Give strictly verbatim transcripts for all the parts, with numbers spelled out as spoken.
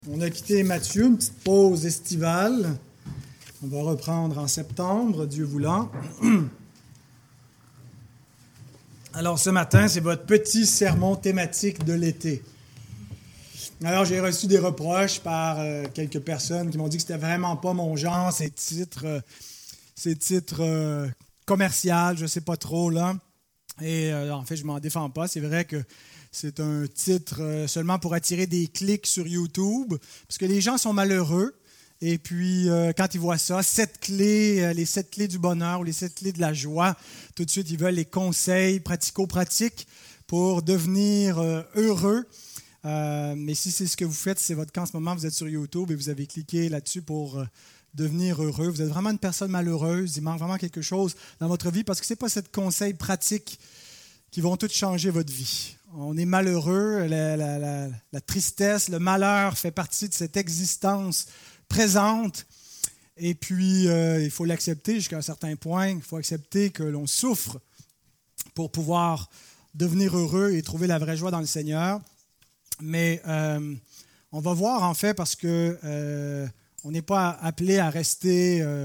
On a quitté Matthieu, une petite pause estivale. On va reprendre en septembre, Dieu voulant. Alors ce matin, c'est votre petit sermon thématique de l'été. Alors j'ai reçu des reproches par euh, quelques personnes qui m'ont dit que c'était vraiment pas mon genre, ces titres, euh, ces titres euh, commerciaux, je sais pas trop là. Et euh, en fait, je m'en défends pas. C'est vrai que c'est un titre euh, seulement pour attirer des clics sur YouTube, parce que les gens sont malheureux. Et puis, euh, quand ils voient ça, sept clés, euh, les sept clés du bonheur ou les sept clés de la joie, tout de suite, ils veulent les conseils pratico-pratiques pour devenir euh, heureux. Euh, mais si c'est ce que vous faites, c'est votre cas en ce moment, vous êtes sur YouTube et vous avez cliqué là-dessus pour euh, devenir heureux. Vous êtes vraiment une personne malheureuse. Il manque vraiment quelque chose dans votre vie parce que ce n'est pas ces conseils pratiques qui vont tout changer votre vie. On est malheureux, la, la, la, la tristesse, le malheur fait partie de cette existence présente. Et puis, euh, il faut l'accepter jusqu'à un certain point. Il faut accepter que l'on souffre pour pouvoir devenir heureux et trouver la vraie joie dans le Seigneur. Mais euh, on va voir, en fait, parce que euh, on n'est pas appelé à rester euh,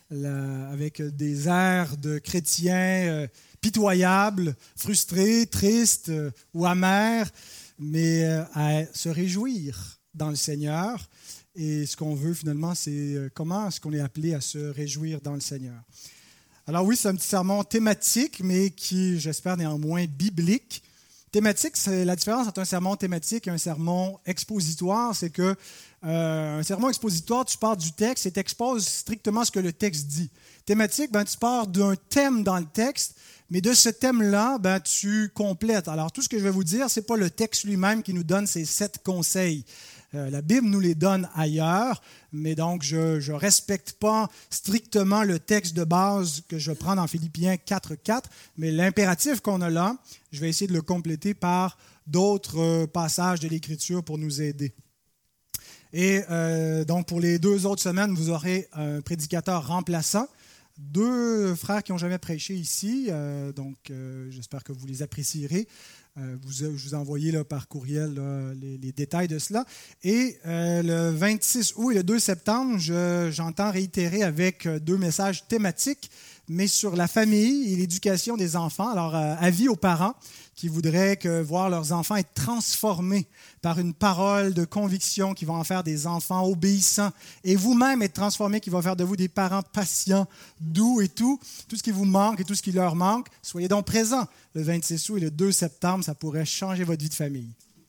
là, avec des airs de chrétiens euh, pitoyables, frustrés, tristes euh, ou amers, mais euh, à se réjouir dans le Seigneur. Et ce qu'on veut finalement, c'est euh, comment est-ce qu'on est appelé à se réjouir dans le Seigneur. Alors oui, c'est un petit sermon thématique, mais qui, j'espère, néanmoins biblique. Thématique, c'est la différence entre un sermon thématique et un sermon expositoire, c'est que euh, un sermon expositoire, tu pars du texte et tu exposes strictement ce que le texte dit. Thématique, ben, tu pars d'un thème dans le texte, mais de ce thème-là, ben, tu complètes. Alors, tout ce que je vais vous dire, ce n'est pas le texte lui-même qui nous donne ces sept conseils. Euh, la Bible nous les donne ailleurs, mais donc je ne respecte pas strictement le texte de base que je prends dans Philippiens quatre quatre, mais l'impératif qu'on a là, je vais essayer de le compléter par d'autres euh, passages de l'Écriture pour nous aider. Et euh, donc pour les deux autres semaines, vous aurez un prédicateur remplaçant, deux frères qui n'ont jamais prêché ici, euh, donc euh, j'espère que vous les apprécierez. Euh, vous, je vous ai envoyé là, par courriel là, les, les détails de cela. Et euh, le vingt-six août et le deux septembre, je, j'entends réitérer avec deux messages thématiques, mais sur la famille et l'éducation des enfants. Alors, euh, avis aux parents qui voudraient que, voir leurs enfants être transformés par une parole de conviction qui va en faire des enfants obéissants et vous-même être transformés, qui va faire de vous des parents patients, doux et tout. Tout ce qui vous manque et tout ce qui leur manque, soyez donc présents le vingt-six août et le deux septembre, ça pourrait changer votre vie de famille.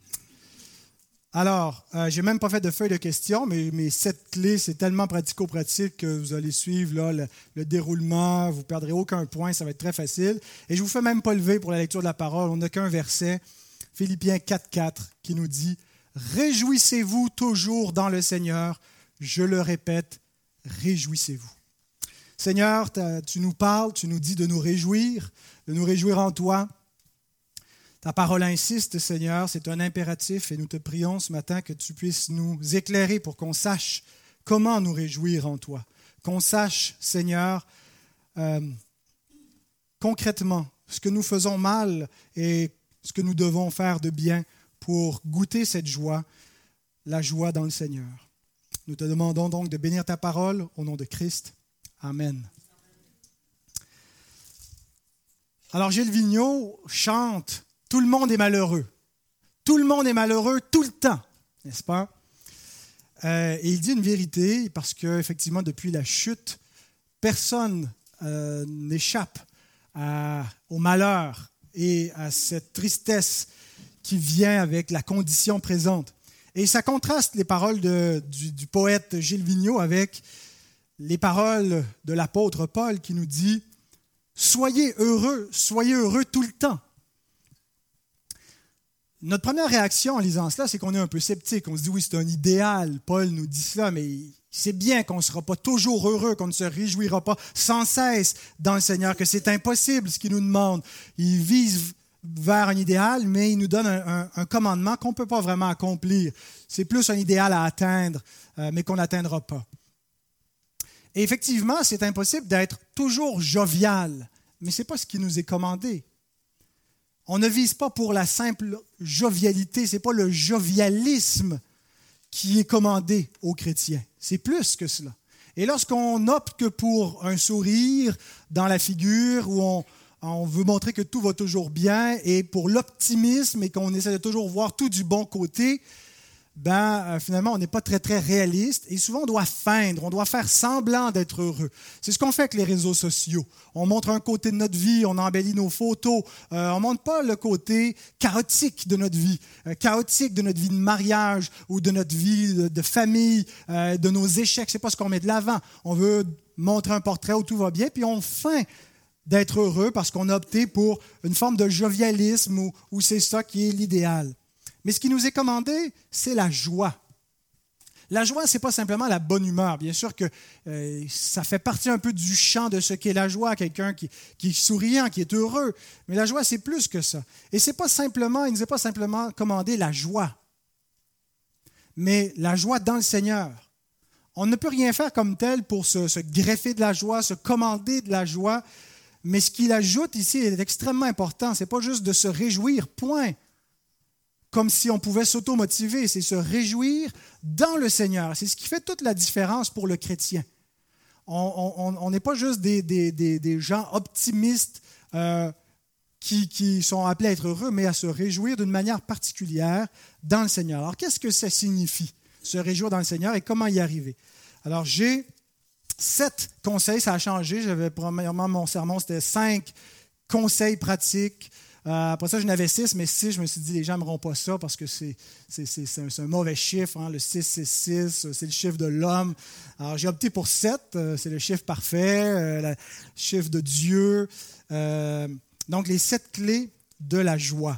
Alors, euh, je n'ai même pas fait de feuille de questions, mais mes sept clés, c'est tellement pratico-pratique que vous allez suivre là, le, le déroulement, vous ne perdrez aucun point, ça va être très facile. Et je ne vous fais même pas lever pour la lecture de la parole, on n'a qu'un verset, Philippiens quatre quatre, qui nous dit « Réjouissez-vous toujours dans le Seigneur, je le répète, réjouissez-vous. » Seigneur, tu nous parles, tu nous dis de nous réjouir, de nous réjouir en toi. Ta parole insiste, Seigneur, c'est un impératif et nous te prions ce matin que tu puisses nous éclairer pour qu'on sache comment nous réjouir en toi. Qu'on sache, Seigneur, euh, concrètement ce que nous faisons mal et ce que nous devons faire de bien pour goûter cette joie, la joie dans le Seigneur. Nous te demandons donc de bénir ta parole au nom de Christ. Amen. Alors Gilles Vigneault chante « Tout le monde est malheureux ». Tout le monde est malheureux tout le temps, n'est-ce pas? Euh, et il dit une vérité parce qu'effectivement, depuis la chute, personne euh, n'échappe à, au malheur et à cette tristesse qui vient avec la condition présente. Et ça contraste les paroles de, du, du poète Gilles Vigneault avec les paroles de l'apôtre Paul qui nous dit « Soyez heureux, soyez heureux tout le temps ». Notre première réaction en lisant cela, c'est qu'on est un peu sceptique. On se dit, oui, c'est un idéal. Paul nous dit cela, mais c'est bien qu'on ne sera pas toujours heureux, qu'on ne se réjouira pas sans cesse dans le Seigneur, que c'est impossible ce qu'il nous demande. Il vise vers un idéal, mais il nous donne un, un, un commandement qu'on ne peut pas vraiment accomplir. C'est plus un idéal à atteindre, euh, mais qu'on n'atteindra pas. Et effectivement, c'est impossible d'être toujours jovial, mais ce n'est pas ce qui nous est commandé. On ne vise pas pour la simple jovialité, ce n'est pas le jovialisme qui est commandé aux chrétiens. C'est plus que cela. Et lorsqu'on opte que pour un sourire dans la figure, où on, on veut montrer que tout va toujours bien, et pour l'optimisme, et qu'on essaie de toujours voir tout du bon côté, ben, euh, finalement, on n'est pas très, très réaliste. Et souvent, on doit feindre, on doit faire semblant d'être heureux. C'est ce qu'on fait avec les réseaux sociaux. On montre un côté de notre vie, on embellit nos photos. Euh, on ne montre pas le côté chaotique de notre vie, euh, chaotique de notre vie de mariage ou de notre vie de, de famille, euh, de nos échecs. Ce n'est pas ce qu'on met de l'avant. On veut montrer un portrait où tout va bien, puis on feint d'être heureux parce qu'on a opté pour une forme de jovialisme où, où c'est ça qui est l'idéal. Mais ce qui nous est commandé, c'est la joie. La joie, ce n'est pas simplement la bonne humeur. Bien sûr que euh, ça fait partie un peu du champ de ce qu'est la joie, quelqu'un qui, qui est souriant, qui est heureux. Mais la joie, c'est plus que ça. Et c'est pas simplement, il ne nous est pas simplement commandé la joie, mais la joie dans le Seigneur. On ne peut rien faire comme tel pour se, se greffer de la joie, se commander de la joie, mais ce qu'il ajoute ici est extrêmement important. Ce n'est pas juste de se réjouir, point. Comme si on pouvait s'auto-motiver, c'est se réjouir dans le Seigneur. C'est ce qui fait toute la différence pour le chrétien. On n'est pas juste des, des, des, des gens optimistes euh, qui, qui sont appelés à être heureux, mais à se réjouir d'une manière particulière dans le Seigneur. Alors, qu'est-ce que ça signifie, se réjouir dans le Seigneur, et comment y arriver? Alors, j'ai sept conseils, ça a changé. J'avais premièrement, mon sermon, c'était cinq conseils pratiques. Euh, après ça, j'en avais six, mais six, je me suis dit, les gens n'aimeront pas ça parce que c'est, c'est, c'est, c'est, un, c'est un mauvais chiffre. Hein, le six, c'est six, c'est le chiffre de l'homme. Alors, j'ai opté pour sept, euh, c'est le chiffre parfait, euh, le chiffre de Dieu. Euh, donc, les sept clés de la joie.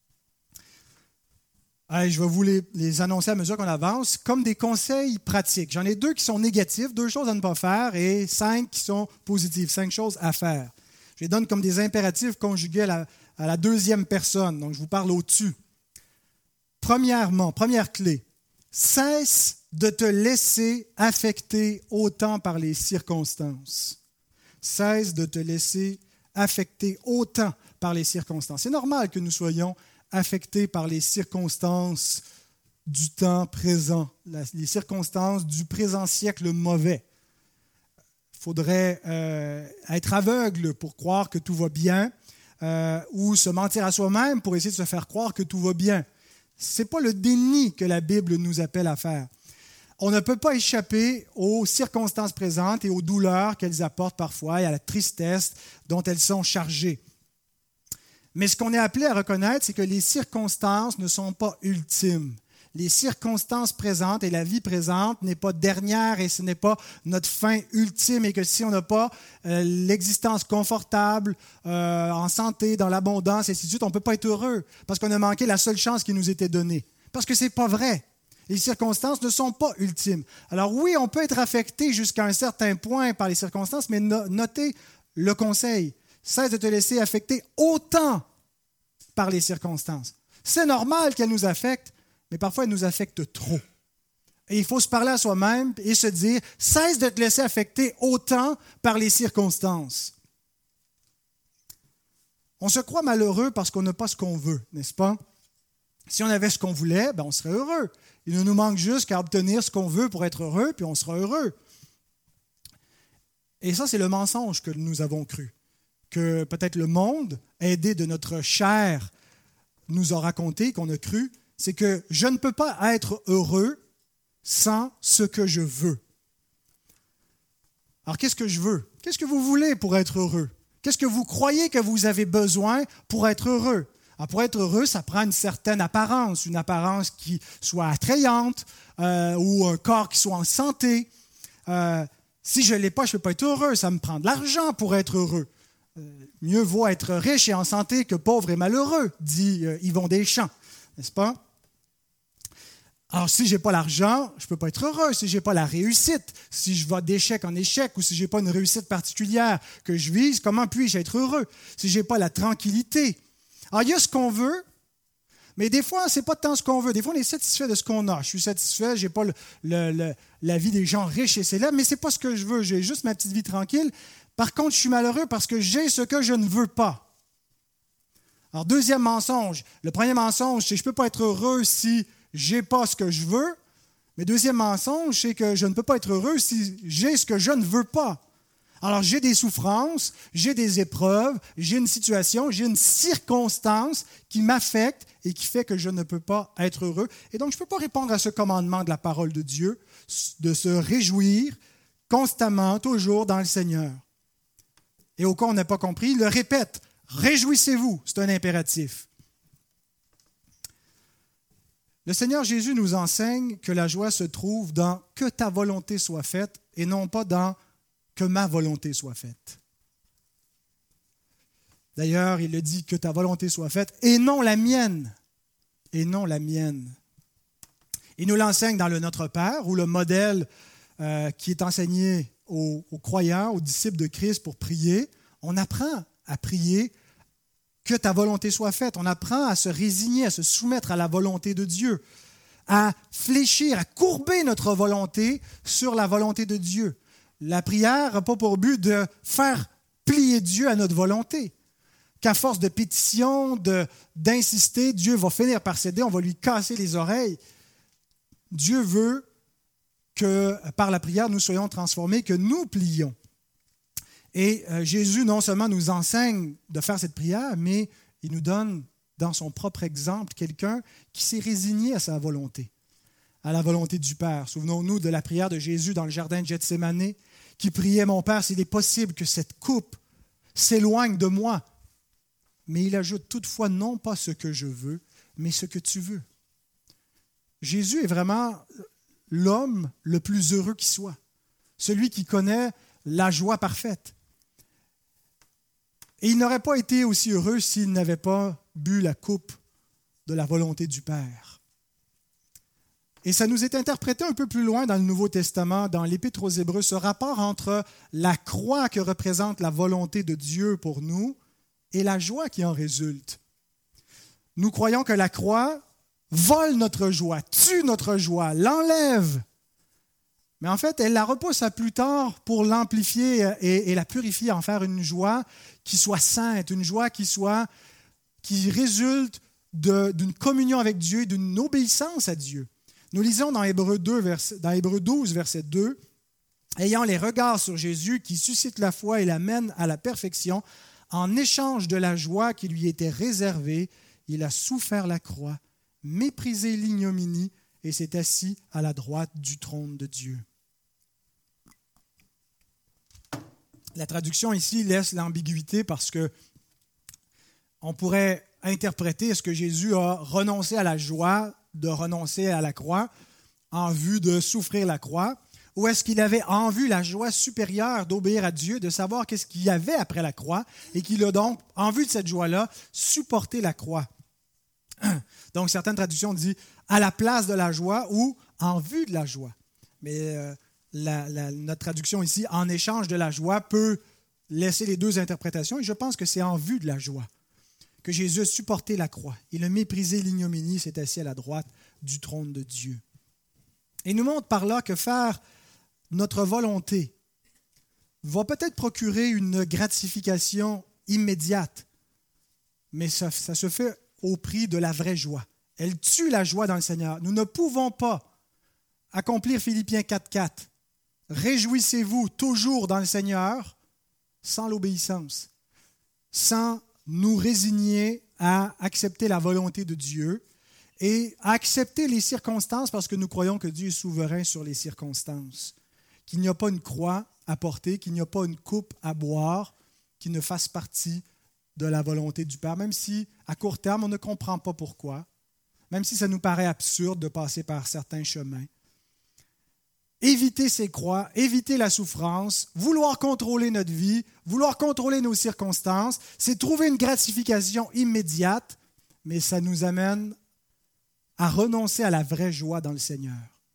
Allez, je vais vous les, les annoncer à mesure qu'on avance, comme des conseils pratiques. J'en ai deux qui sont négatifs, deux choses à ne pas faire, et cinq qui sont positives, cinq choses à faire. Je les donne comme des impératifs conjugués à la à la deuxième personne, donc je vous parle au-dessus. Premièrement, première clé, cesse de te laisser affecter autant par les circonstances. Cesse de te laisser affecter autant par les circonstances. C'est normal que nous soyons affectés par les circonstances du temps présent, les circonstances du présent siècle mauvais. Il faudrait euh, être aveugle pour croire que tout va bien, Euh, ou se mentir à soi-même pour essayer de se faire croire que tout va bien. Ce n'est pas le déni que la Bible nous appelle à faire. On ne peut pas échapper aux circonstances présentes et aux douleurs qu'elles apportent parfois et à la tristesse dont elles sont chargées. Mais ce qu'on est appelé à reconnaître, c'est que les circonstances ne sont pas ultimes. Les circonstances présentes et la vie présente n'est pas dernière et ce n'est pas notre fin ultime, et que si on n'a pas euh, l'existence confortable, euh, en santé, dans l'abondance, et ainsi de suite, on ne peut pas être heureux parce qu'on a manqué la seule chance qui nous était donnée. Parce que ce n'est pas vrai. Les circonstances ne sont pas ultimes. Alors oui, on peut être affecté jusqu'à un certain point par les circonstances, mais no- notez le conseil. Cesse de te laisser affecter autant par les circonstances. C'est normal qu'elles nous affectent, mais parfois, elle nous affecte trop. Et il faut se parler à soi-même et se dire, cesse de te laisser affecter autant par les circonstances. On se croit malheureux parce qu'on n'a pas ce qu'on veut, n'est-ce pas? Si on avait ce qu'on voulait, ben on serait heureux. Il ne nous manque juste qu'à obtenir ce qu'on veut pour être heureux, puis on sera heureux. Et ça, c'est le mensonge que nous avons cru. Que peut-être le monde, aidé de notre chair, nous a raconté, qu'on a cru, c'est que je ne peux pas être heureux sans ce que je veux. Alors, qu'est-ce que je veux? Qu'est-ce que vous voulez pour être heureux? Qu'est-ce que vous croyez que vous avez besoin pour être heureux? Alors, pour être heureux, ça prend une certaine apparence, une apparence qui soit attrayante euh, ou un corps qui soit en santé. Euh, si je ne l'ai pas, je ne peux pas être heureux. Ça me prend de l'argent pour être heureux. Euh, mieux vaut être riche et en santé que pauvre et malheureux, dit euh, Yvon Deschamps, n'est-ce pas? Alors, si je n'ai pas l'argent, je ne peux pas être heureux. Si je n'ai pas la réussite, si je vais d'échec en échec ou si je n'ai pas une réussite particulière que je vise, comment puis-je être heureux? Si je n'ai pas la tranquillité. Alors, il y a ce qu'on veut, mais des fois, ce n'est pas tant ce qu'on veut. Des fois, on est satisfait de ce qu'on a. Je suis satisfait, je n'ai pas le, le, le, la vie des gens riches et célèbres, mais ce n'est pas ce que je veux. J'ai juste ma petite vie tranquille. Par contre, je suis malheureux parce que j'ai ce que je ne veux pas. Alors, deuxième mensonge. Le premier mensonge, c'est que je ne peux pas être heureux si je n'ai pas ce que je veux. Mais deuxième mensonge, c'est que je ne peux pas être heureux si j'ai ce que je ne veux pas. Alors, j'ai des souffrances, j'ai des épreuves, j'ai une situation, j'ai une circonstance qui m'affecte et qui fait que je ne peux pas être heureux. Et donc, je ne peux pas répondre à ce commandement de la parole de Dieu, de se réjouir constamment, toujours dans le Seigneur. Et au cas où on n'a pas compris, il le répète, réjouissez-vous, c'est un impératif. Le Seigneur Jésus nous enseigne que la joie se trouve dans « que ta volonté soit faite » et non pas dans « que ma volonté soit faite ». D'ailleurs, il le dit « que ta volonté soit faite » et non la mienne. Et non la mienne. Il nous l'enseigne dans le Notre Père, où le modèle euh, qui est enseigné aux, aux croyants, aux disciples de Christ pour prier, on apprend à prier que ta volonté soit faite. On apprend à se résigner, à se soumettre à la volonté de Dieu, à fléchir, à courber notre volonté sur la volonté de Dieu. La prière n'a pas pour but de faire plier Dieu à notre volonté, qu'à force de pétition, de, d'insister, Dieu va finir par céder, on va lui casser les oreilles. Dieu veut que par la prière, nous soyons transformés, que nous plions. Et euh, Jésus non seulement nous enseigne de faire cette prière, mais il nous donne dans son propre exemple quelqu'un qui s'est résigné à sa volonté, à la volonté du Père. Souvenons-nous de la prière de Jésus dans le jardin de Gethsémanée, qui priait « Mon Père, s'il est possible que cette coupe s'éloigne de moi. » Mais il ajoute toutefois non pas ce que je veux, mais ce que tu veux. Jésus est vraiment l'homme le plus heureux qui soit, celui qui connaît la joie parfaite. Et il n'aurait pas été aussi heureux s'il n'avait pas bu la coupe de la volonté du Père. Et ça nous est interprété un peu plus loin dans le Nouveau Testament, dans l'Épître aux Hébreux, ce rapport entre la croix que représente la volonté de Dieu pour nous et la joie qui en résulte. Nous croyons que la croix vole notre joie, tue notre joie, l'enlève. Mais en fait, elle la repousse à plus tard pour l'amplifier et, et la purifier, en faire une joie qui soit sainte, une joie qui soit, qui résulte de, d'une communion avec Dieu, d'une obéissance à Dieu. Nous lisons dans Hébreux deux, verset, dans Hébreux douze, verset deux, « Ayant les regards sur Jésus qui suscite la foi et l'amène à la perfection, en échange de la joie qui lui était réservée, il a souffert la croix, méprisé l'ignominie et s'est assis à la droite du trône de Dieu. » La traduction ici laisse l'ambiguïté parce que on pourrait interpréter est-ce que Jésus a renoncé à la joie de renoncer à la croix en vue de souffrir la croix, ou est-ce qu'il avait en vue la joie supérieure d'obéir à Dieu, de savoir qu'est-ce qu'il y avait après la croix, et qu'il a donc, en vue de cette joie-là, supporté la croix. Donc, certaines traductions disent « à la place de la joie » ou « en vue de la joie ». Mais euh, la, la, notre traduction ici, « en échange de la joie », peut laisser les deux interprétations, et je pense que c'est en vue de la joie que Jésus a supporté la croix. Il a méprisé l'ignominie, s'est assis à la droite du trône de Dieu. Et il nous montre par là que faire notre volonté va peut-être procurer une gratification immédiate, mais ça, ça se fait au prix de la vraie joie. Elle tue la joie dans le Seigneur. Nous ne pouvons pas accomplir Philippiens quatre quatre. Réjouissez-vous toujours dans le Seigneur sans l'obéissance, sans nous résigner à accepter la volonté de Dieu et à accepter les circonstances parce que nous croyons que Dieu est souverain sur les circonstances, qu'il n'y a pas une croix à porter, qu'il n'y a pas une coupe à boire qui ne fasse partie de la volonté du Père, même si à court terme on ne comprend pas pourquoi, même si ça nous paraît absurde de passer par certains chemins. Éviter ces croix, éviter la souffrance, vouloir contrôler notre vie, vouloir contrôler nos circonstances, c'est trouver une gratification immédiate, mais ça nous amène à renoncer à la vraie joie dans le Seigneur.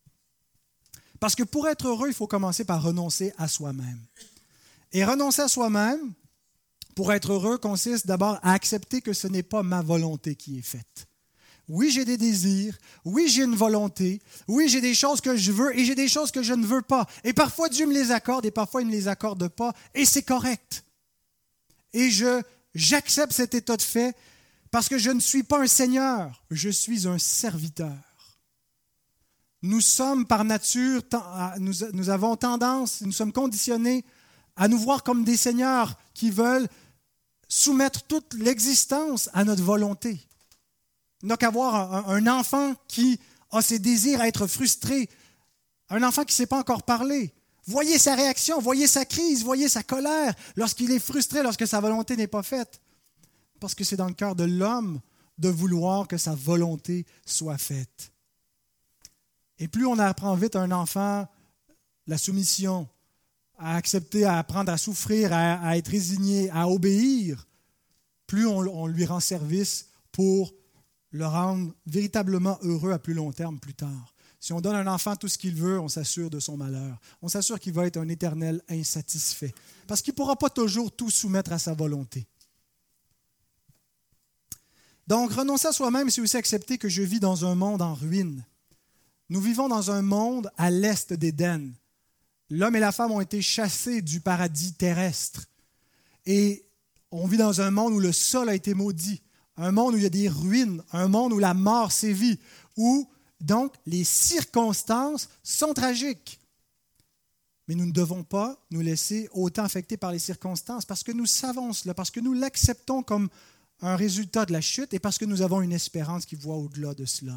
Parce que pour être heureux, il faut commencer par renoncer à soi-même. Et renoncer à soi-même, pour être heureux, consiste d'abord à accepter que ce n'est pas ma volonté qui est faite. Oui, j'ai des désirs, oui, j'ai une volonté, oui, j'ai des choses que je veux et j'ai des choses que je ne veux pas. Et parfois, Dieu me les accorde et parfois, il ne me les accorde pas et c'est correct. Et je, j'accepte cet état de fait parce que je ne suis pas un seigneur, je suis un serviteur. nous sommes par nature, nous, nous avons tendance, nous sommes conditionnés à nous voir comme des seigneurs qui veulent soumettre toute l'existence à notre volonté. Il n'a qu'à voir un, un enfant qui a ses désirs à être frustré, un enfant qui ne sait pas encore parler. Voyez sa réaction, voyez sa crise, voyez sa colère lorsqu'il est frustré, lorsque sa volonté n'est pas faite. Parce que c'est dans le cœur de l'homme de vouloir que sa volonté soit faite. Et plus on apprend vite à un enfant la soumission, à accepter, à apprendre à souffrir, à, à être résigné, à obéir, plus on, on lui rend service pour le rendre véritablement heureux à plus long terme plus tard. Si on donne à un enfant tout ce qu'il veut, on s'assure de son malheur. On s'assure qu'il va être un éternel insatisfait. Parce qu'il ne pourra pas toujours tout soumettre à sa volonté. Donc, renoncer à soi-même, c'est aussi accepter que je vis dans un monde en ruine. Nous vivons dans un monde à l'est d'Éden. L'homme et la femme ont été chassés du paradis terrestre. Et on vit dans un monde où le sol a été maudit, un monde où il y a des ruines, un monde où la mort sévit, où donc les circonstances sont tragiques. Mais nous ne devons pas nous laisser autant affecter par les circonstances parce que nous savons cela, parce que nous l'acceptons comme un résultat de la chute et parce que nous avons une espérance qui voit au-delà de cela.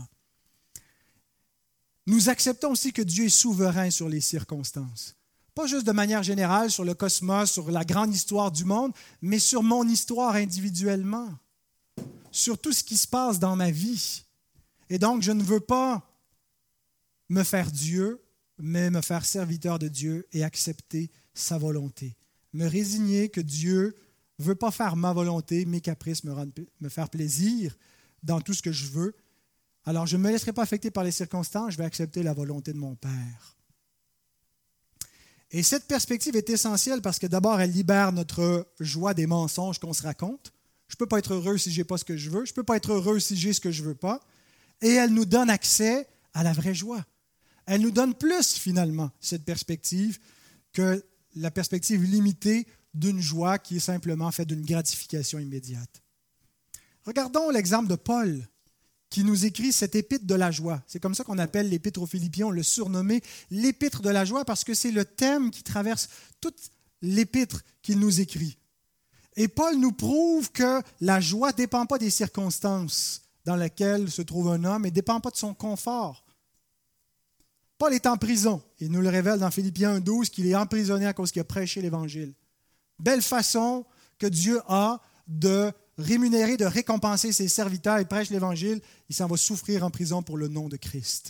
Nous acceptons aussi que Dieu est souverain sur les circonstances. Pas juste de manière générale sur le cosmos, sur la grande histoire du monde, mais sur mon histoire individuellement, sur tout ce qui se passe dans ma vie. Et donc, je ne veux pas me faire Dieu, mais me faire serviteur de Dieu et accepter sa volonté. Me résigner que Dieu ne veut pas faire ma volonté, mes caprices, me, rendre, me faire plaisir dans tout ce que je veux. Alors, je ne me laisserai pas affecter par les circonstances, je vais accepter la volonté de mon Père. Et cette perspective est essentielle parce que d'abord, elle libère notre joie des mensonges qu'on se raconte. Je ne peux pas être heureux si je n'ai pas ce que je veux. Je ne peux pas être heureux si j'ai ce que je ne veux pas. Et elle nous donne accès à la vraie joie. Elle nous donne plus, finalement, cette perspective, que la perspective limitée d'une joie qui est simplement faite d'une gratification immédiate. Regardons l'exemple de Paul, qui nous écrit cette épître de la joie. C'est comme ça qu'on appelle l'épître aux Philippiens, on l'a surnommé l'épître de la joie parce que c'est le thème qui traverse toute l'épître qu'il nous écrit. Et Paul nous prouve que la joie ne dépend pas des circonstances dans lesquelles se trouve un homme et ne dépend pas de son confort. Paul est en prison. Il nous le révèle dans Philippiens un douze qu'il est emprisonné à cause qu'il a prêché l'Évangile. Belle façon que Dieu a de rémunérer, de récompenser ses serviteurs. Il prêche l'Évangile, il s'en va souffrir en prison pour le nom de Christ.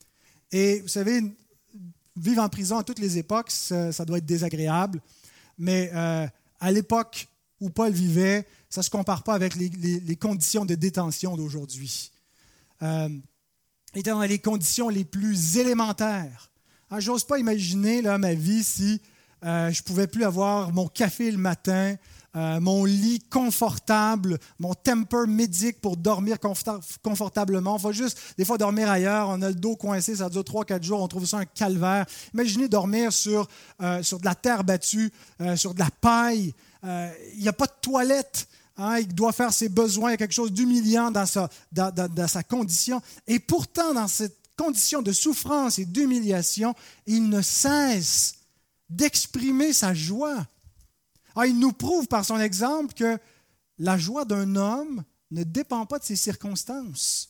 Et vous savez, vivre en prison à toutes les époques, ça, ça doit être désagréable, mais euh, à l'époque où Paul vivait, ça ne se compare pas avec les, les, les conditions de détention d'aujourd'hui. Euh, il était dans les conditions les plus élémentaires. Ah, j'ose pas imaginer là, ma vie si euh, je ne pouvais plus avoir mon café le matin, Euh, mon lit confortable, mon temper médic pour dormir confort- confortablement. On va juste, des fois, dormir ailleurs. On a le dos coincé, ça dure trois quatre jours. On trouve ça un calvaire. Imaginez dormir sur, euh, sur de la terre battue, euh, sur de la paille. Euh, il n'y a pas de toilette. Hein, il doit faire ses besoins. Il y a quelque chose d'humiliant dans sa, dans, dans, dans sa condition. Et pourtant, dans cette condition de souffrance et d'humiliation, il ne cesse d'exprimer sa joie. Ah, il nous prouve par son exemple que la joie d'un homme ne dépend pas de ses circonstances.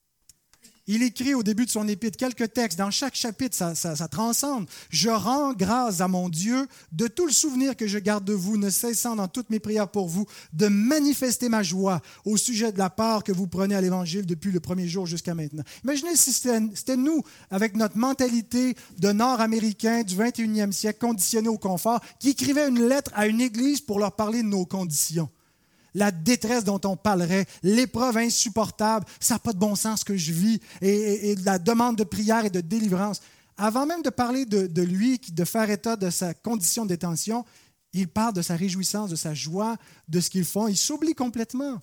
Il écrit au début de son épître quelques textes. Dans chaque chapitre, ça, ça, ça transcende. « Je rends grâce à mon Dieu de tout le souvenir que je garde de vous, ne cessant dans toutes mes prières pour vous, de manifester ma joie au sujet de la part que vous prenez à l'Évangile depuis le premier jour jusqu'à maintenant. » Imaginez si c'était, c'était nous, avec notre mentalité de Nord-Américains du vingt et unième siècle, conditionnés au confort, qui écrivaient une lettre à une église pour leur parler de nos conditions. La détresse dont on parlerait, l'épreuve insupportable, ça n'a pas de bon sens ce que je vis, et, et, et la demande de prière et de délivrance. Avant même de parler de, de lui, de faire état de sa condition de détention, il parle de sa réjouissance, de sa joie, de ce qu'ils font. Il s'oublie complètement.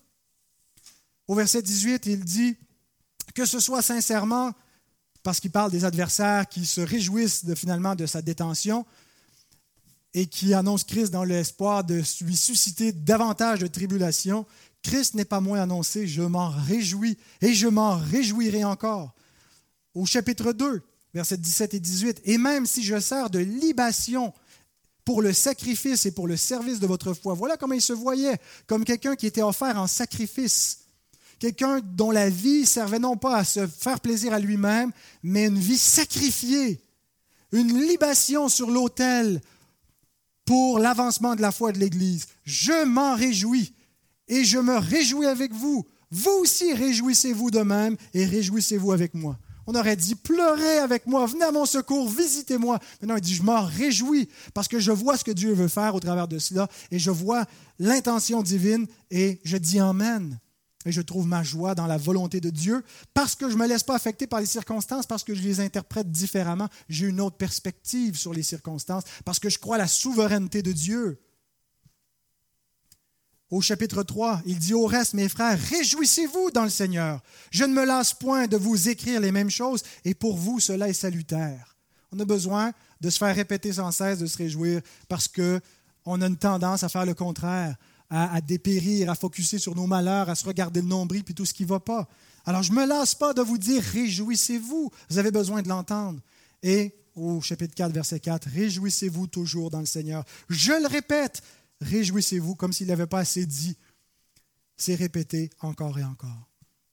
Au verset dix-huit, il dit que ce soit sincèrement, parce qu'il parle des adversaires qui se réjouissent de, finalement de sa détention, et qui annonce Christ dans l'espoir de lui susciter davantage de tribulations, Christ n'est pas moins annoncé, je m'en réjouis et je m'en réjouirai encore. Au chapitre deux, versets dix-sept et dix-huit. « Et même si je sers de libation pour le sacrifice et pour le service de votre foi. » Voilà comment il se voyait, comme quelqu'un qui était offert en sacrifice. Quelqu'un dont la vie servait non pas à se faire plaisir à lui-même, mais une vie sacrifiée. Une libation sur l'autel pour l'avancement de la foi de l'Église. Je m'en réjouis et je me réjouis avec vous. Vous aussi, réjouissez-vous de même et réjouissez-vous avec moi. On aurait dit, pleurez avec moi, venez à mon secours, visitez-moi. Maintenant, il dit, je m'en réjouis parce que je vois ce que Dieu veut faire au travers de cela et je vois l'intention divine et je dis amen. Et je trouve ma joie dans la volonté de Dieu parce que je ne me laisse pas affecter par les circonstances, parce que je les interprète différemment. J'ai une autre perspective sur les circonstances, parce que je crois à la souveraineté de Dieu. Au chapitre trois, il dit « Au reste, mes frères, réjouissez-vous dans le Seigneur. Je ne me lasse point de vous écrire les mêmes choses, et pour vous, cela est salutaire. » On a besoin de se faire répéter sans cesse, de se réjouir, parce qu'on a une tendance à faire le contraire. À, à dépérir, à focusser sur nos malheurs, à se regarder le nombril puis tout ce qui ne va pas. Alors, je ne me lasse pas de vous dire, réjouissez-vous. Vous avez besoin de l'entendre. Et au chapitre quatre, verset quatre, réjouissez-vous toujours dans le Seigneur. Je le répète, réjouissez-vous, comme s'il n'avait pas assez dit. C'est répété encore et encore.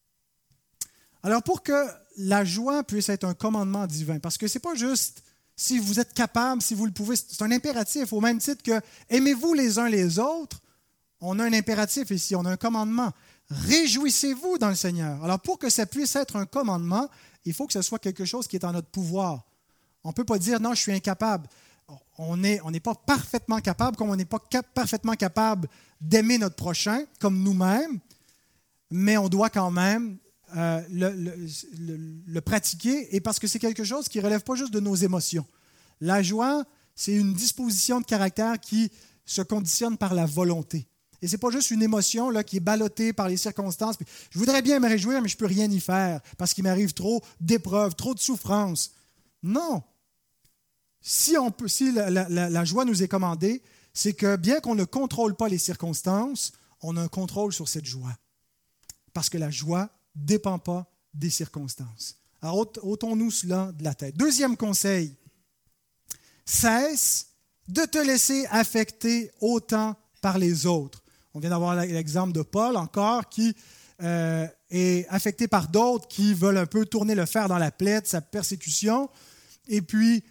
Alors, pour que la joie puisse être un commandement divin, parce que ce n'est pas juste si vous êtes capable, si vous le pouvez, c'est un impératif, au même titre que aimez-vous les uns les autres. On a un impératif ici, on a un commandement. Réjouissez-vous dans le Seigneur. Alors, pour que ça puisse être un commandement, il faut que ce soit quelque chose qui est en notre pouvoir. On ne peut pas dire « non, je suis incapable ». On n'est on n'est pas parfaitement capable, comme on n'est pas cap- parfaitement capable d'aimer notre prochain, comme nous-mêmes, mais on doit quand même euh, le, le, le, le pratiquer, et parce que c'est quelque chose qui ne relève pas juste de nos émotions. La joie, c'est une disposition de caractère qui se conditionne par la volonté. Et ce n'est pas juste une émotion là, qui est ballottée par les circonstances. Je voudrais bien me réjouir, mais je ne peux rien y faire parce qu'il m'arrive trop d'épreuves, trop de souffrances. Non. Si, on peut, si la, la, la joie nous est commandée, c'est que bien qu'on ne contrôle pas les circonstances, on a un contrôle sur cette joie. Parce que la joie ne dépend pas des circonstances. Alors, ôtons-nous cela de la tête. Deuxième conseil, cesse de te laisser affecter autant par les autres. On vient d'avoir l'exemple de Paul encore qui euh, est affecté par d'autres qui veulent un peu tourner le fer dans la plaie de sa persécution et puis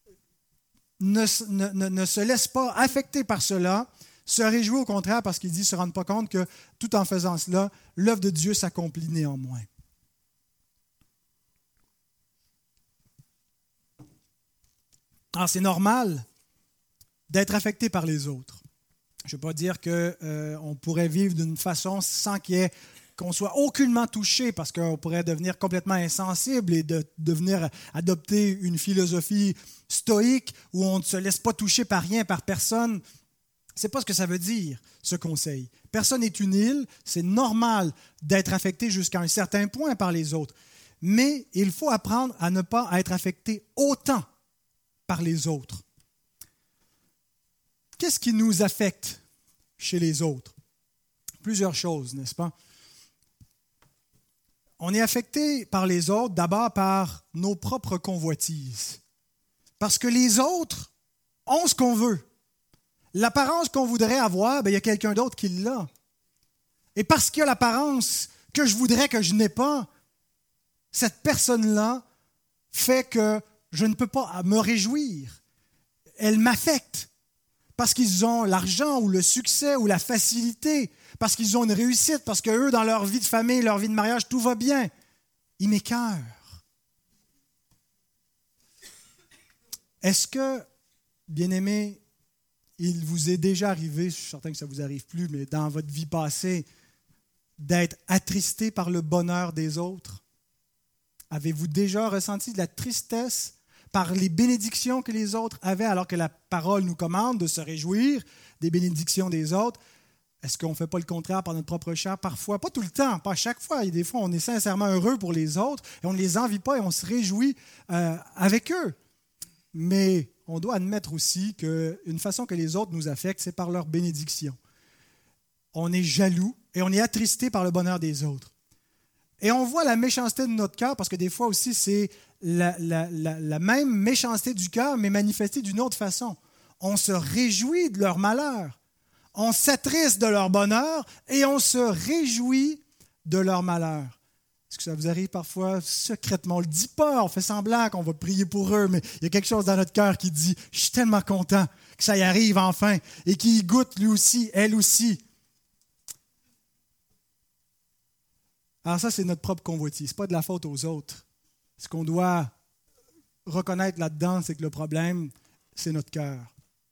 ne, ne, ne se laisse pas affecter par cela, se réjouit au contraire parce qu'il dit, ne se rend pas compte que tout en faisant cela, l'œuvre de Dieu s'accomplit néanmoins. Alors c'est normal d'être affecté par les autres. Je ne veux pas dire qu'on euh, pourrait vivre d'une façon sans qu'il y ait, qu'on soit aucunement touché, parce qu'on pourrait devenir complètement insensible et de, devenir adopter une philosophie stoïque où on ne se laisse pas toucher par rien, par personne. Ce n'est pas ce que ça veut dire, ce conseil. Personne n'est une île, c'est normal d'être affecté jusqu'à un certain point par les autres. Mais il faut apprendre à ne pas être affecté autant par les autres. Qu'est-ce qui nous affecte chez les autres? Plusieurs choses, n'est-ce pas? On est affecté par les autres d'abord par nos propres convoitises. Parce que les autres ont ce qu'on veut. L'apparence qu'on voudrait avoir, bien, il y a quelqu'un d'autre qui l'a. Et parce qu'il y a l'apparence que je voudrais que je n'ai pas, cette personne-là fait que je ne peux pas me réjouir. Elle m'affecte. Parce qu'ils ont l'argent ou le succès ou la facilité, parce qu'ils ont une réussite, parce qu'eux, dans leur vie de famille, leur vie de mariage, tout va bien. Ils m'écœurent. Est-ce que, bien-aimés, il vous est déjà arrivé, je suis certain que ça ne vous arrive plus, mais dans votre vie passée, d'être attristé par le bonheur des autres? Avez-vous déjà ressenti de la tristesse par les bénédictions que les autres avaient, alors que la parole nous commande de se réjouir des bénédictions des autres? Est-ce qu'on ne fait pas le contraire par notre propre chair? Parfois, pas tout le temps, pas chaque fois. Et des fois, on est sincèrement heureux pour les autres et on ne les envie pas et on se réjouit euh, avec eux. Mais on doit admettre aussi qu'une façon que les autres nous affectent, c'est par leur bénédiction. On est jaloux et on est attristé par le bonheur des autres. Et on voit la méchanceté de notre cœur, parce que des fois aussi, c'est la, la, la, la même méchanceté du cœur, mais manifestée d'une autre façon. On se réjouit de leur malheur, on s'attriste de leur bonheur et on se réjouit de leur malheur. Est-ce que ça vous arrive parfois secrètement? On ne le dit pas, on fait semblant qu'on va prier pour eux, mais il y a quelque chose dans notre cœur qui dit « Je suis tellement content que ça y arrive enfin » et qui y goûte lui aussi, elle aussi. Alors ça, c'est notre propre convoitise. Ce n'est pas de la faute aux autres. Ce qu'on doit reconnaître là-dedans, c'est que le problème, c'est notre cœur.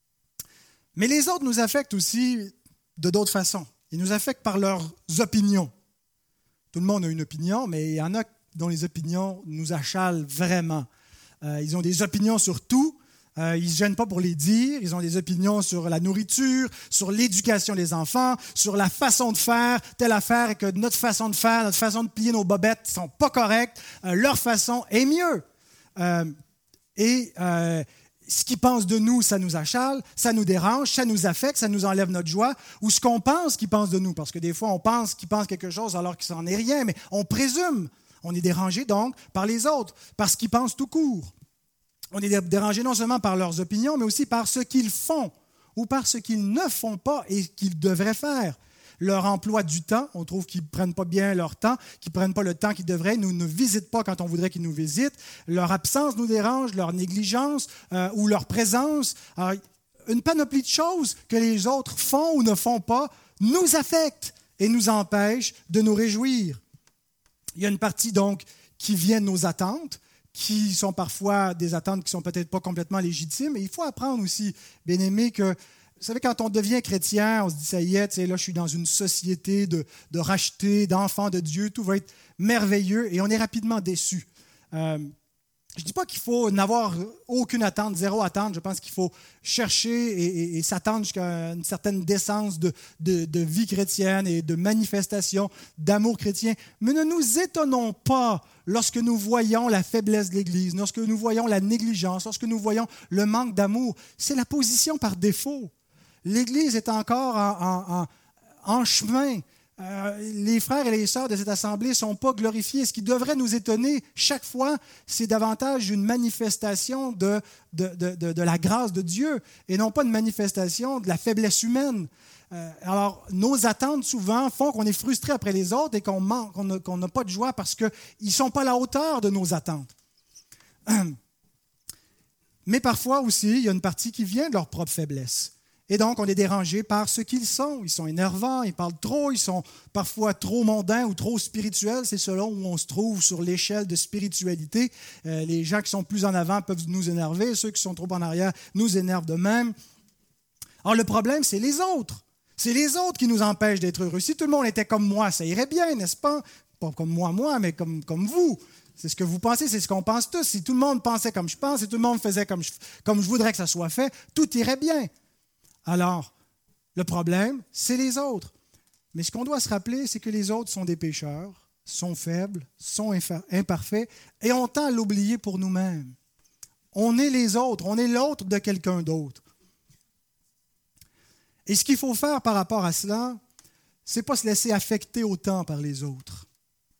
Mais les autres nous affectent aussi de d'autres façons. Ils nous affectent par leurs opinions. Tout le monde a une opinion, mais il y en a dont les opinions nous achalent vraiment. Euh, ils ont des opinions sur tout. Euh, ils ne se gênent pas pour les dire. Ils ont des opinions sur la nourriture, sur l'éducation des enfants, sur la façon de faire telle affaire et que notre façon de faire, notre façon de plier nos bobettes ne sont pas correctes. Euh, leur façon est mieux. Euh, et euh, ce qu'ils pensent de nous, ça nous achale, ça nous dérange, ça nous affecte, ça nous enlève notre joie. Ou ce qu'on pense qu'ils pensent de nous. Parce que des fois, on pense qu'ils pensent quelque chose alors qu'il n'en est rien, mais on présume. On est dérangé donc par les autres, parce qu'ils pensent tout court. On est dérangé non seulement par leurs opinions, mais aussi par ce qu'ils font ou par ce qu'ils ne font pas et qu'ils devraient faire. Leur emploi du temps, on trouve qu'ils ne prennent pas bien leur temps, qu'ils ne prennent pas le temps qu'ils devraient, ils ne nous visitent pas quand on voudrait qu'ils nous visitent. Leur absence nous dérange, leur négligence euh, ou leur présence. Alors, une panoplie de choses que les autres font ou ne font pas nous affectent et nous empêchent de nous réjouir. Il y a une partie donc qui vient de nos attentes, qui sont parfois des attentes qui ne sont peut-être pas complètement légitimes. Et il faut apprendre aussi, bien-aimés, que, vous savez, quand on devient chrétien, on se dit, ça y est, tu sais, là, je suis dans une société de, de rachetés, d'enfants de Dieu, tout va être merveilleux, et on est rapidement déçu. Euh, je ne dis pas qu'il faut n'avoir aucune attente, zéro attente. Je pense qu'il faut chercher et, et, et s'attendre jusqu'à une certaine décence de, de, de vie chrétienne et de manifestation d'amour chrétien. Mais ne nous étonnons pas lorsque nous voyons la faiblesse de l'Église, lorsque nous voyons la négligence, lorsque nous voyons le manque d'amour. C'est la position par défaut. L'Église est encore en, en, en, en chemin. Euh, les frères et les sœurs de cette assemblée ne sont pas glorifiés. Ce qui devrait nous étonner chaque fois, c'est davantage une manifestation de, de, de, de, de la grâce de Dieu et non pas une manifestation de la faiblesse humaine. Euh, alors, nos attentes souvent font qu'on est frustré après les autres et qu'on manque, qu'on n'a, qu'on n'a pas de joie parce qu'ils ne sont pas à la hauteur de nos attentes. Mais parfois aussi, il y a une partie qui vient de leur propre faiblesse. Et donc, on est dérangé par ce qu'ils sont. Ils sont énervants, ils parlent trop, ils sont parfois trop mondains ou trop spirituels. C'est selon où on se trouve sur l'échelle de spiritualité. Euh, les gens qui sont plus en avant peuvent nous énerver. Ceux qui sont trop en arrière nous énervent de même. Alors, le problème, c'est les autres. C'est les autres qui nous empêchent d'être heureux. Si tout le monde était comme moi, ça irait bien, n'est-ce pas? Pas comme moi, moi, mais comme, comme vous. C'est ce que vous pensez, c'est ce qu'on pense tous. Si tout le monde pensait comme je pense, si tout le monde faisait comme je, comme je voudrais que ça soit fait, tout irait bien. Alors, le problème, c'est les autres. Mais ce qu'on doit se rappeler, c'est que les autres sont des pécheurs, sont faibles, sont imparfaits, et on tend à l'oublier pour nous-mêmes. On est les autres, on est l'autre de quelqu'un d'autre. Et ce qu'il faut faire par rapport à cela, ce n'est pas se laisser affecter autant par les autres.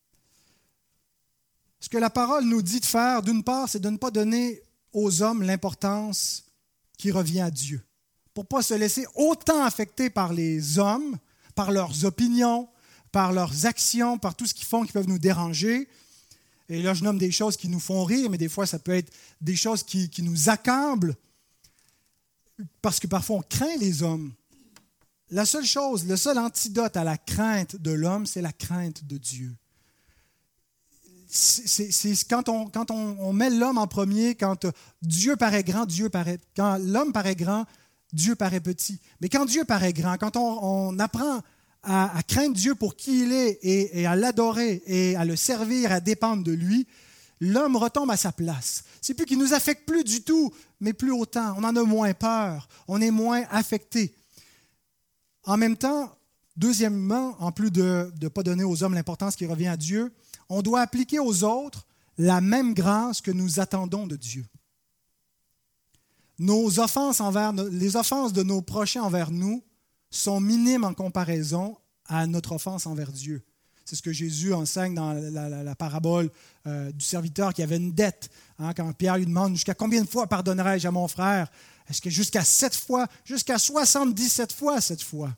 Ce que la parole nous dit de faire, d'une part, c'est de ne pas donner aux hommes l'importance qui revient à Dieu. Pour ne pas se laisser autant affecter par les hommes, par leurs opinions, par leurs actions, par tout ce qu'ils font qui peuvent nous déranger. Et là, je nomme des choses qui nous font rire, mais des fois, ça peut être des choses qui, qui nous accablent, parce que parfois, on craint les hommes. La seule chose, le seul antidote à la crainte de l'homme, c'est la crainte de Dieu. C'est, c'est quand, on, quand on, on met l'homme en premier, quand Dieu paraît grand, Dieu paraît, quand l'homme paraît grand, Dieu paraît petit. Mais quand Dieu paraît grand, quand on, on apprend à, à craindre Dieu pour qui il est et, et à l'adorer et à le servir, à dépendre de lui, l'homme retombe à sa place. C'est plus qu'il ne nous affecte plus du tout, mais plus autant. On en a moins peur, on est moins affecté. En même temps, deuxièmement, en plus de ne pas donner aux hommes l'importance qui revient à Dieu, on doit appliquer aux autres la même grâce que nous attendons de Dieu. Nos offenses envers, les offenses de nos prochains envers nous sont minimes en comparaison à notre offense envers Dieu. C'est ce que Jésus enseigne dans la, la, la parabole euh, du serviteur qui avait une dette. Hein, quand Pierre lui demande « Jusqu'à combien de fois pardonnerai-je à mon frère? » Est-ce que jusqu'à sept fois? Jusqu'à soixante-dix-sept fois cette fois.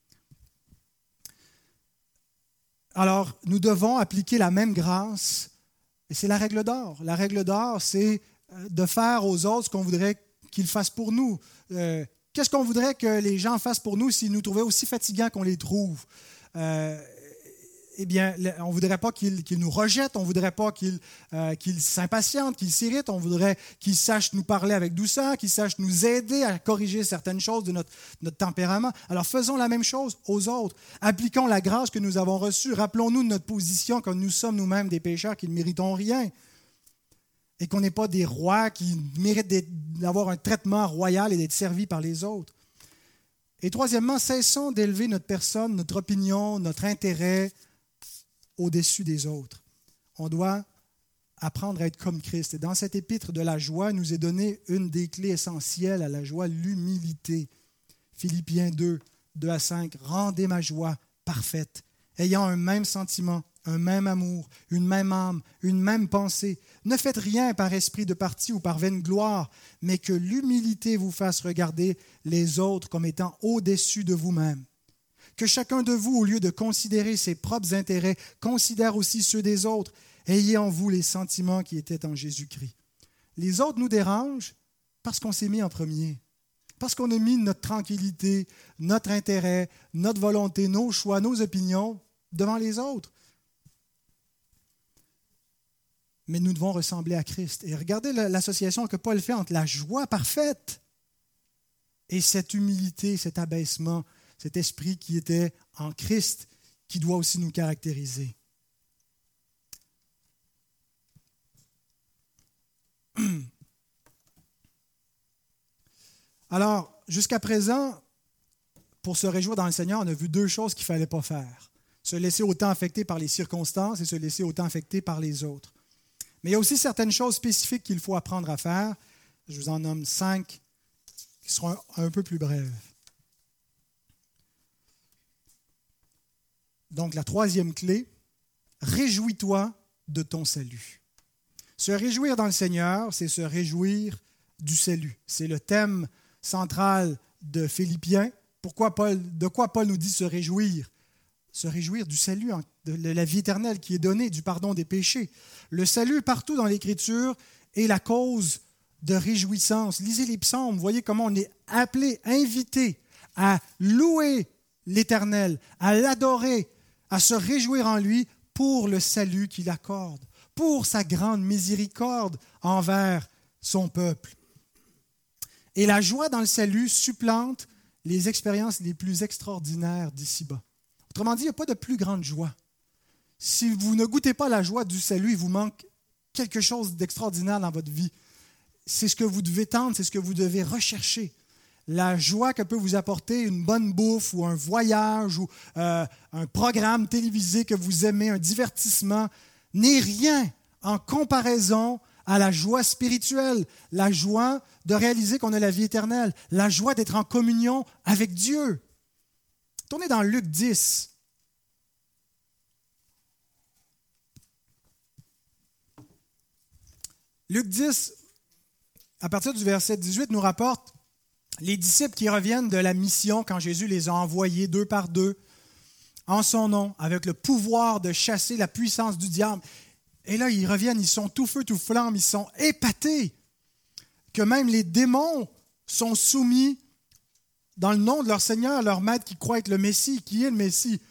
Alors, nous devons appliquer la même grâce, et c'est la règle d'or. La règle d'or, c'est de faire aux autres ce qu'on voudrait qu'ils fassent pour nous. Euh, qu'est-ce qu'on voudrait que les gens fassent pour nous s'ils nous trouvaient aussi fatigants qu'on les trouve? Euh, eh bien, on ne voudrait pas qu'ils, qu'ils nous rejettent, on ne voudrait pas qu'ils, euh, qu'ils s'impatientent, qu'ils s'irritent, on voudrait qu'ils sachent nous parler avec douceur, qu'ils sachent nous aider à corriger certaines choses de notre, notre tempérament. Alors faisons la même chose aux autres. Appliquons la grâce que nous avons reçue. Rappelons-nous de notre position quand nous sommes nous-mêmes des pécheurs qui ne méritons rien et qu'on n'est pas des rois qui méritent d'avoir un traitement royal et d'être servis par les autres. Et troisièmement, cessons d'élever notre personne, notre opinion, notre intérêt au-dessus des autres. On doit apprendre à être comme Christ. Et dans cet épître de la joie, il nous est donné une des clés essentielles à la joie, l'humilité. Philippiens deux, deux à cinq, « Rendez ma joie parfaite, ayant un même sentiment, un même amour, une même âme, une même pensée. Ne faites rien par esprit de parti ou par vaine gloire, mais que l'humilité vous fasse regarder les autres comme étant au-dessus de vous-même. Que chacun de vous, au lieu de considérer ses propres intérêts, considère aussi ceux des autres. Ayez en vous les sentiments qui étaient en Jésus-Christ. » Les autres nous dérangent parce qu'on s'est mis en premier, parce qu'on a mis notre tranquillité, notre intérêt, notre volonté, nos choix, nos opinions devant les autres. Mais nous devons ressembler à Christ. Et regardez l'association que Paul fait entre la joie parfaite et cette humilité, cet abaissement, cet esprit qui était en Christ, qui doit aussi nous caractériser. Alors, jusqu'à présent, pour se réjouir dans le Seigneur, on a vu deux choses qu'il ne fallait pas faire. Se laisser autant affecter par les circonstances et se laisser autant affecter par les autres. Mais il y a aussi certaines choses spécifiques qu'il faut apprendre à faire. Je vous en nomme cinq qui seront un, un peu plus brèves. Donc, la troisième clé, réjouis-toi de ton salut. Se réjouir dans le Seigneur, c'est se réjouir du salut. C'est le thème central de Philippiens. Pourquoi Paul, de quoi Paul nous dit se réjouir? Se réjouir du salut, de la vie éternelle qui est donnée, du pardon des péchés. Le salut, partout dans l'Écriture, est la cause de réjouissance. Lisez les psaumes, voyez comment on est appelé, invité à louer l'Éternel, à l'adorer, à se réjouir en lui pour le salut qu'il accorde, pour sa grande miséricorde envers son peuple. Et la joie dans le salut supplante les expériences les plus extraordinaires d'ici-bas. Autrement dit, il n'y a pas de plus grande joie. Si vous ne goûtez pas la joie du salut, il vous manque quelque chose d'extraordinaire dans votre vie. C'est ce que vous devez tendre, c'est ce que vous devez rechercher. La joie que peut vous apporter une bonne bouffe ou un voyage ou euh, un programme télévisé que vous aimez, un divertissement, n'est rien en comparaison à la joie spirituelle, la joie de réaliser qu'on a la vie éternelle, la joie d'être en communion avec Dieu. Tournez dans Luc dix. Luc dix, à partir du verset dix-huit, nous rapporte les disciples qui reviennent de la mission quand Jésus les a envoyés deux par deux en son nom, avec le pouvoir de chasser la puissance du diable. Et là, ils reviennent, ils sont tout feu, tout flamme, ils sont épatés que même les démons sont soumis dans le nom de leur Seigneur, leur maître qui croit être le Messie, qui est le Messie.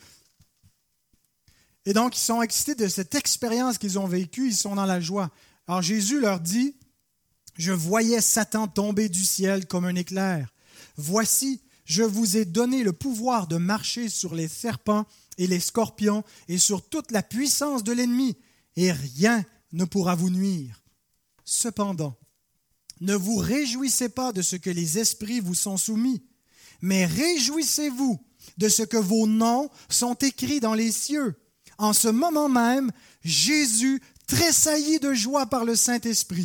Et donc, ils sont excités de cette expérience qu'ils ont vécue, ils sont dans la joie. Alors Jésus leur dit, « Je voyais Satan tomber du ciel comme un éclair. Voici, je vous ai donné le pouvoir de marcher sur les serpents et les scorpions et sur toute la puissance de l'ennemi, et rien ne pourra vous nuire. Cependant, ne vous réjouissez pas de ce que les esprits vous sont soumis, mais réjouissez-vous de ce que vos noms sont écrits dans les cieux. En ce moment même, Jésus tressaillit de joie par le Saint-Esprit.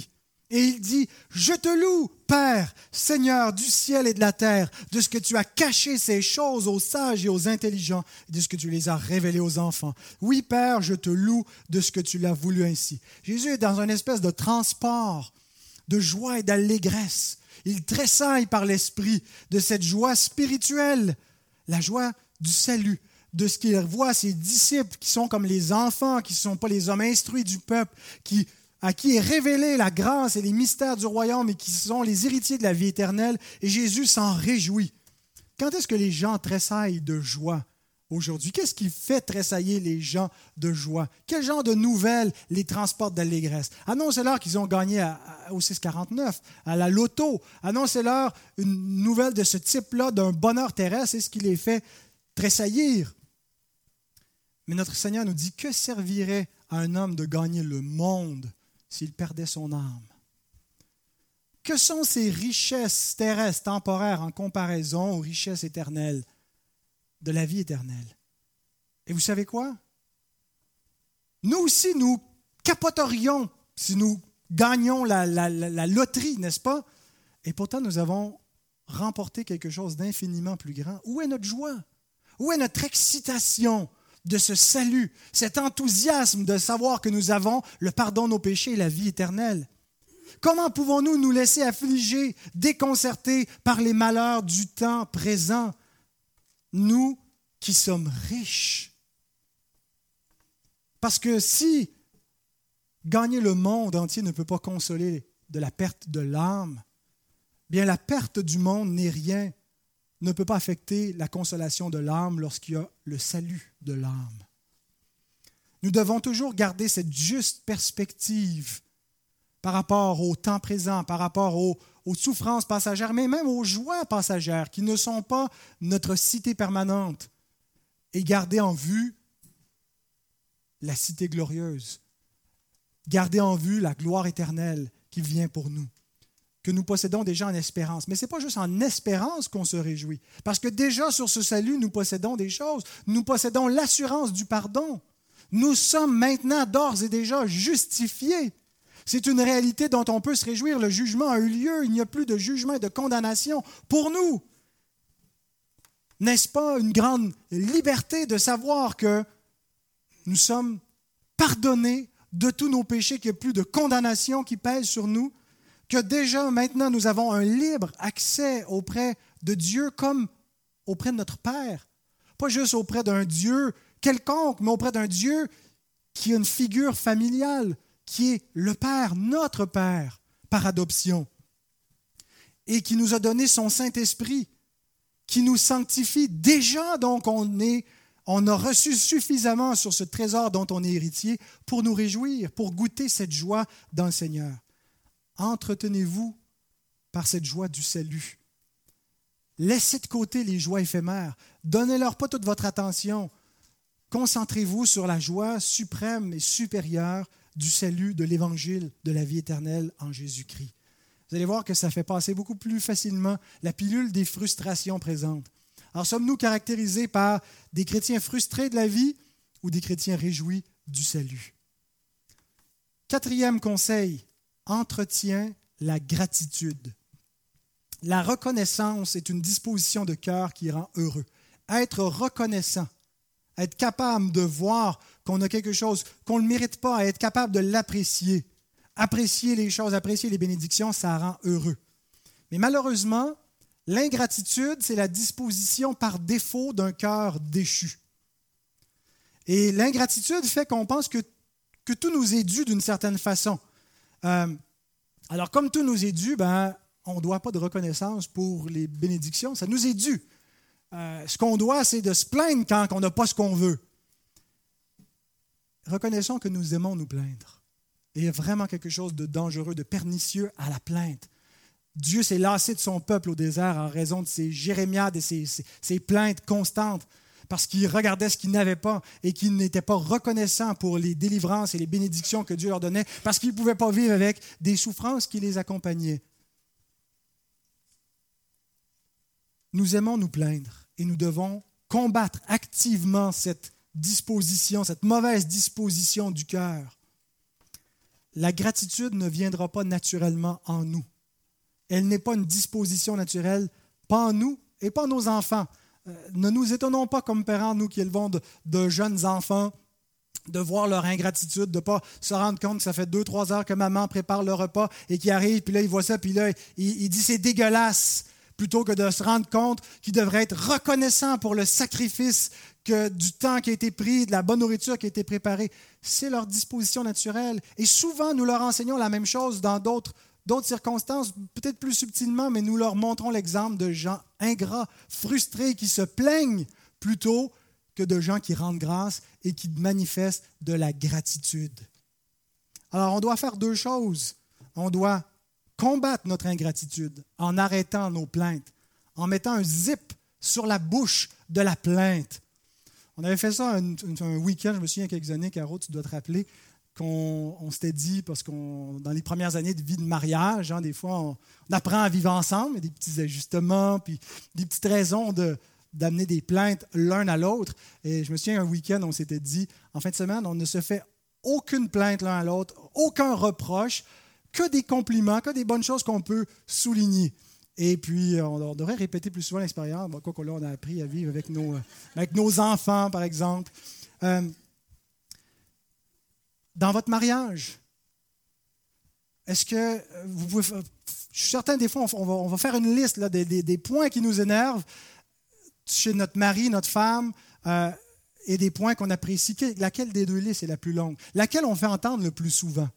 Et il dit, « Je te loue, Père, Seigneur du ciel et de la terre, de ce que tu as caché ces choses aux sages et aux intelligents, et de ce que tu les as révélées aux enfants. Oui, Père, je te loue de ce que tu l'as voulu ainsi. » Jésus est dans une espèce de transport, de joie et d'allégresse. Il tressaille par l'esprit de cette joie spirituelle, la joie du salut, de ce qu'il voit ses disciples qui sont comme les enfants, qui ne sont pas les hommes instruits du peuple, qui à qui est révélée la grâce et les mystères du royaume et qui sont les héritiers de la vie éternelle, et Jésus s'en réjouit. Quand est-ce que les gens tressaillent de joie aujourd'hui? Qu'est-ce qui fait tressailler les gens de joie? Quel genre de nouvelles les transporte d'allégresse? Annoncez-leur qu'ils ont gagné à, à, au six quarante-neuf, à la loto. Annoncez-leur une nouvelle de ce type-là, d'un bonheur terrestre, c'est ce qui les fait tressaillir. Mais notre Seigneur nous dit, que servirait à un homme de gagner le monde s'il perdait son âme? Que sont ces richesses terrestres, temporaires, en comparaison aux richesses éternelles de la vie éternelle? Et vous savez quoi? Nous aussi, nous capoterions si nous gagnions la, la, la, la loterie, n'est-ce pas? Et pourtant, nous avons remporté quelque chose d'infiniment plus grand. Où est notre joie? Où est notre excitation de ce salut, cet enthousiasme de savoir que nous avons le pardon de nos péchés et la vie éternelle? Comment pouvons-nous nous laisser affliger, déconcerter par les malheurs du temps présent, nous qui sommes riches? Parce que si gagner le monde entier ne peut pas consoler de la perte de l'âme, bien la perte du monde n'est rien, ne peut pas affecter la consolation de l'âme lorsqu'il y a le salut de l'âme. Nous devons toujours garder cette juste perspective par rapport au temps présent, par rapport aux, aux souffrances passagères, mais même aux joies passagères qui ne sont pas notre cité permanente, et garder en vue la cité glorieuse, garder en vue la gloire éternelle qui vient pour nous, que nous possédons déjà en espérance. Mais ce n'est pas juste en espérance qu'on se réjouit, parce que déjà sur ce salut, nous possédons des choses. Nous possédons l'assurance du pardon. Nous sommes maintenant d'ores et déjà justifiés. C'est une réalité dont on peut se réjouir. Le jugement a eu lieu. Il n'y a plus de jugement et de condamnation pour nous. N'est-ce pas une grande liberté de savoir que nous sommes pardonnés de tous nos péchés, qu'il n'y a plus de condamnation qui pèse sur nous, que déjà maintenant nous avons un libre accès auprès de Dieu comme auprès de notre Père. Pas juste auprès d'un Dieu quelconque, mais auprès d'un Dieu qui a une figure familiale, qui est le Père, notre Père, par adoption, et qui nous a donné son Saint-Esprit, qui nous sanctifie. Déjà, donc, on, est, on a reçu suffisamment sur ce trésor dont on est héritier pour nous réjouir, pour goûter cette joie dans le Seigneur. Entretenez-vous par cette joie du salut. Laissez de côté les joies éphémères. Donnez-leur pas toute votre attention. Concentrez-vous sur la joie suprême et supérieure du salut, de l'Évangile, de la vie éternelle en Jésus-Christ. Vous allez voir que ça fait passer beaucoup plus facilement la pilule des frustrations présentes. Alors, sommes-nous caractérisés par des chrétiens frustrés de la vie ou des chrétiens réjouis du salut? Quatrième conseil, entretiens la gratitude. La reconnaissance est une disposition de cœur qui rend heureux. Être reconnaissant, être capable de voir qu'on a quelque chose, qu'on ne le mérite pas, être capable de l'apprécier, apprécier les choses, apprécier les bénédictions, ça rend heureux. Mais malheureusement, l'ingratitude, c'est la disposition par défaut d'un cœur déchu. Et l'ingratitude fait qu'on pense que, que tout nous est dû d'une certaine façon. Euh, alors, comme tout nous est dû, ben, on ne doit pas de reconnaissance pour les bénédictions, ça nous est dû. Euh, ce qu'on doit, c'est de se plaindre quand on n'a pas ce qu'on veut. Reconnaissons que nous aimons nous plaindre. Et il y a vraiment quelque chose de dangereux, de pernicieux à la plainte. Dieu s'est lassé de son peuple au désert en raison de ses jérémiades et ses, ses, ses plaintes constantes, parce qu'il regardait ce qu'il n'avait pas et qu'il n'était pas reconnaissant pour les délivrances et les bénédictions que Dieu leur donnait, parce qu'ils ne pouvaient pas vivre avec des souffrances qui les accompagnaient. Nous aimons nous plaindre et nous devons combattre activement cette disposition, cette mauvaise disposition du cœur. la gratitude ne viendra pas naturellement en nous. Elle n'est pas une disposition naturelle, pas en nous et pas en nos enfants. Euh, ne nous étonnons pas comme parents, nous qui élevons de, de jeunes enfants, de voir leur ingratitude, de ne pas se rendre compte que ça fait deux, trois heures que maman prépare le repas et qu'il arrive, puis là, il voit ça, puis là, il, il dit c'est dégueulasse, plutôt que de se rendre compte qu'il devrait être reconnaissant pour le sacrifice que, du temps qui a été pris, de la bonne nourriture qui a été préparée. C'est leur disposition naturelle. Et souvent, nous leur enseignons la même chose dans d'autres, d'autres circonstances, peut-être plus subtilement, mais nous leur montrons l'exemple de gens ingrats, frustrés, qui se plaignent plutôt que de gens qui rendent grâce et qui manifestent de la gratitude. Alors, on doit faire deux choses. On doit combattre notre ingratitude en arrêtant nos plaintes, en mettant un zip sur la bouche de la plainte. On avait fait ça un, un week-end, je me souviens il y a quelques années, Caro, tu dois te rappeler, qu'on on s'était dit, parce que dans les premières années de vie de mariage, hein, des fois, on, on apprend à vivre ensemble, il y a des petits ajustements, puis des petites raisons de, d'amener des plaintes l'un à l'autre. Et je me souviens, un week-end, on s'était dit, en fin de semaine, on ne se fait aucune plainte l'un à l'autre, aucun reproche, que des compliments, que des bonnes choses qu'on peut souligner. Et puis, on devrait répéter plus souvent l'expérience, quoi que là, on a appris à vivre avec nos, avec nos enfants, par exemple. Euh, dans votre mariage, est-ce que vous pouvez... Je suis certain, des fois, on va, on va faire une liste là, des, des, des points qui nous énervent chez notre mari, notre femme, euh, et des points qu'on apprécie. Laquelle des deux listes est la plus longue? Laquelle on fait entendre le plus souvent?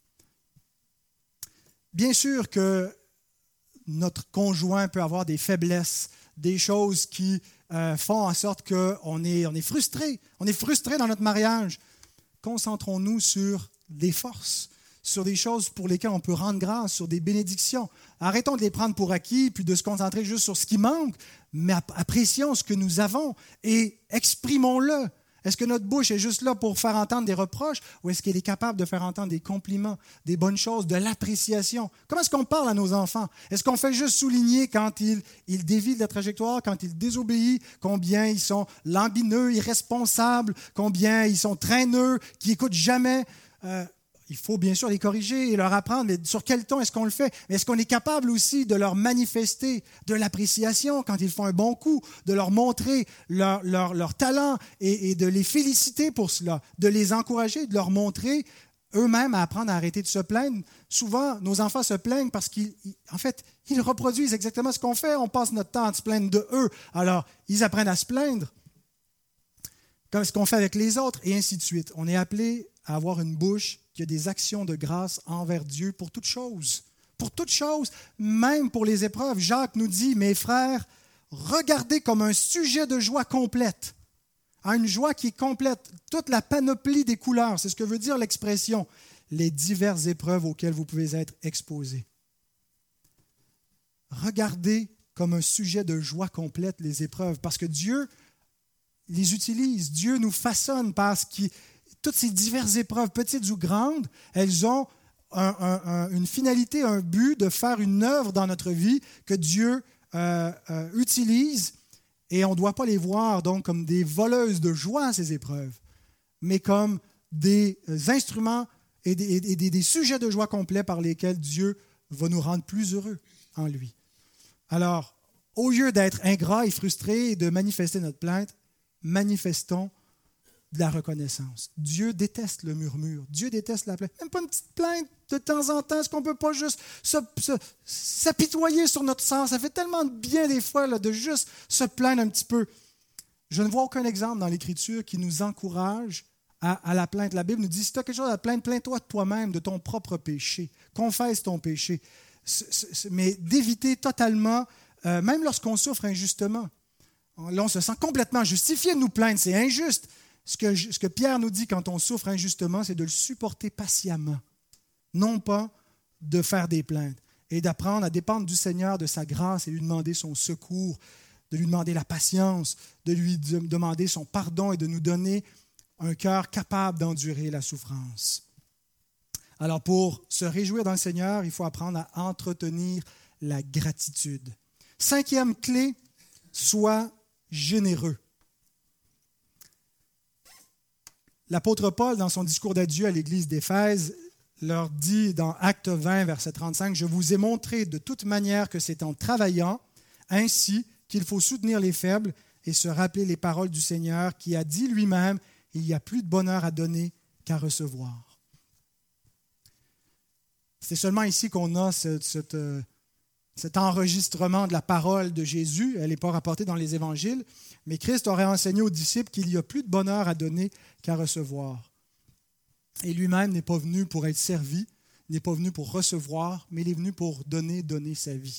Bien sûr que notre conjoint peut avoir des faiblesses, des choses qui euh, font en sorte qu'on est, on est frustré. On est frustré dans notre mariage. Concentrons-nous sur des forces, sur des choses pour lesquelles on peut rendre grâce, sur des bénédictions. Arrêtons de les prendre pour acquis, puis de se concentrer juste sur ce qui manque, mais apprécions ce que nous avons et exprimons-le. Est-ce que notre bouche est juste là pour faire entendre des reproches ou est-ce qu'elle est capable de faire entendre des compliments, des bonnes choses, de l'appréciation? Comment est-ce qu'on parle à nos enfants? Est-ce qu'on fait juste souligner quand ils, ils dévient de la trajectoire, quand ils désobéissent, combien ils sont lambineux, irresponsables, combien ils sont traîneux, qui n'écoutent jamais? Euh, Il faut bien sûr les corriger et leur apprendre, mais sur quel ton est-ce qu'on le fait? Mais est-ce qu'on est capable aussi de leur manifester de l'appréciation quand ils font un bon coup, de leur montrer leur, leur, leur talent et, et de les féliciter pour cela, de les encourager, de leur montrer eux-mêmes à apprendre à arrêter de se plaindre? Souvent, nos enfants se plaignent parce qu'en fait, ils reproduisent exactement ce qu'on fait. On passe notre temps à se plaindre de eux. Alors, ils apprennent à se plaindre comme ce qu'on fait avec les autres et ainsi de suite. On est appelé à avoir une bouche qui a des actions de grâce envers Dieu pour toutes choses. Pour toutes choses, même pour les épreuves. Jacques nous dit, mes frères, regardez comme un sujet de joie complète. Une joie qui est complète, toute la panoplie des couleurs, c'est ce que veut dire l'expression, les diverses épreuves auxquelles vous pouvez être exposés. Regardez comme un sujet de joie complète les épreuves, parce que Dieu les utilise, Dieu nous façonne parce qu'il toutes ces diverses épreuves, petites ou grandes, elles ont un, un, un, une finalité, un but de faire une œuvre dans notre vie que Dieu euh, euh, utilise. Et on ne doit pas les voir donc comme des voleuses de joie, ces épreuves, mais comme des instruments et des, et des, des sujets de joie complets par lesquels Dieu va nous rendre plus heureux en lui. Alors, au lieu d'être ingrats et frustrés et de manifester notre plainte, manifestons de la reconnaissance. Dieu déteste le murmure. Dieu déteste la plainte. Même pas une petite plainte de temps en temps. Est-ce qu'on ne peut pas juste se, se, s'apitoyer sur notre sort? Ça fait tellement de bien des fois là, de juste se plaindre un petit peu. Je ne vois aucun exemple dans l'Écriture qui nous encourage à, à la plainte. La Bible nous dit, si tu as quelque chose à plaindre, plains-toi de toi-même, de ton propre péché. Confesse ton péché. Mais d'éviter totalement, euh, même lorsqu'on souffre injustement. Là, on se sent complètement justifié de nous plaindre. C'est injuste. Ce que, ce que Pierre nous dit quand on souffre injustement, c'est de le supporter patiemment, non pas de faire des plaintes, et d'apprendre à dépendre du Seigneur, de sa grâce, et lui demander son secours, de lui demander la patience, de lui demander son pardon et de nous donner un cœur capable d'endurer la souffrance. Alors, pour se réjouir dans le Seigneur, il faut apprendre à entretenir la gratitude. Cinquième clé, sois généreux. L'apôtre Paul, dans son discours d'adieu à l'église d'Éphèse, leur dit dans Acte vingt, verset trente-cinq, « Je vous ai montré de toute manière que c'est en travaillant ainsi qu'il faut soutenir les faibles et se rappeler les paroles du Seigneur qui a dit lui-même, « Il y a plus de bonheur à donner qu'à recevoir. » C'est seulement ici qu'on a ce, cette, cet enregistrement de la parole de Jésus. Elle n'est pas rapportée dans les évangiles, mais Christ aurait enseigné aux disciples qu'il y a plus de bonheur à donner qu'à recevoir. Et lui-même n'est pas venu pour être servi, n'est pas venu pour recevoir, mais il est venu pour donner, donner sa vie.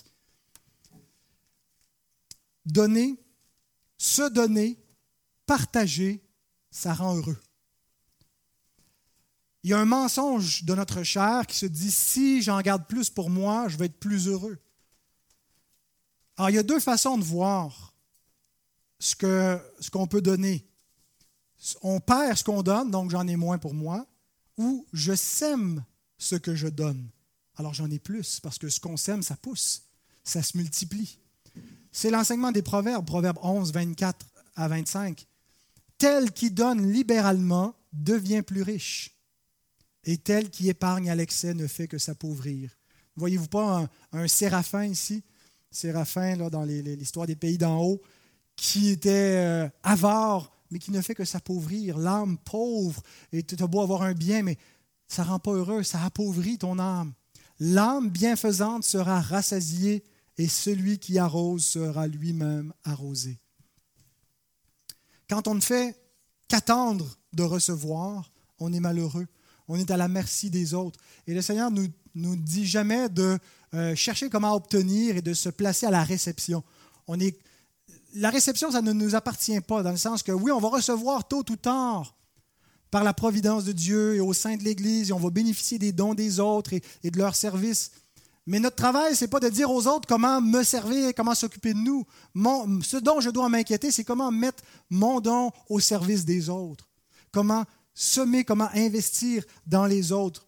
Donner, se donner, partager, ça rend heureux. Il y a un mensonge de notre chair qui se dit « si j'en garde plus pour moi, je vais être plus heureux ». Alors, il y a deux façons de voir ce, que, ce qu'on peut donner. On perd ce qu'on donne, donc j'en ai moins pour moi, ou je sème ce que je donne. Alors, j'en ai plus, parce que ce qu'on sème, ça pousse, ça se multiplie. C'est l'enseignement des Proverbes, Proverbes onze, vingt-quatre à vingt-cinq. « Tel qui donne libéralement devient plus riche. Et tel qui épargne à l'excès ne fait que s'appauvrir. » Ne voyez-vous pas un, un séraphin ici? Séraphin, là, dans les, les, l'histoire des pays d'en haut, qui était euh, avare, mais qui ne fait que s'appauvrir. L'âme pauvre, et tu as beau avoir un bien, mais ça ne rend pas heureux, ça appauvrit ton âme. L'âme bienfaisante sera rassasiée, et celui qui arrose sera lui-même arrosé. Quand on ne fait qu'attendre de recevoir, on est malheureux. On est à la merci des autres. Et le Seigneur ne nous, nous dit jamais de euh, chercher comment obtenir et de se placer à la réception. On est, la réception, ça ne nous appartient pas, dans le sens que oui, on va recevoir tôt ou tard par la providence de Dieu et au sein de l'Église, et on va bénéficier des dons des autres et, et de leur service. Mais notre travail, ce n'est pas de dire aux autres comment me servir, comment s'occuper de nous. Mon, ce dont je dois m'inquiéter, c'est comment mettre mon don au service des autres. Comment semer, comment investir dans les autres.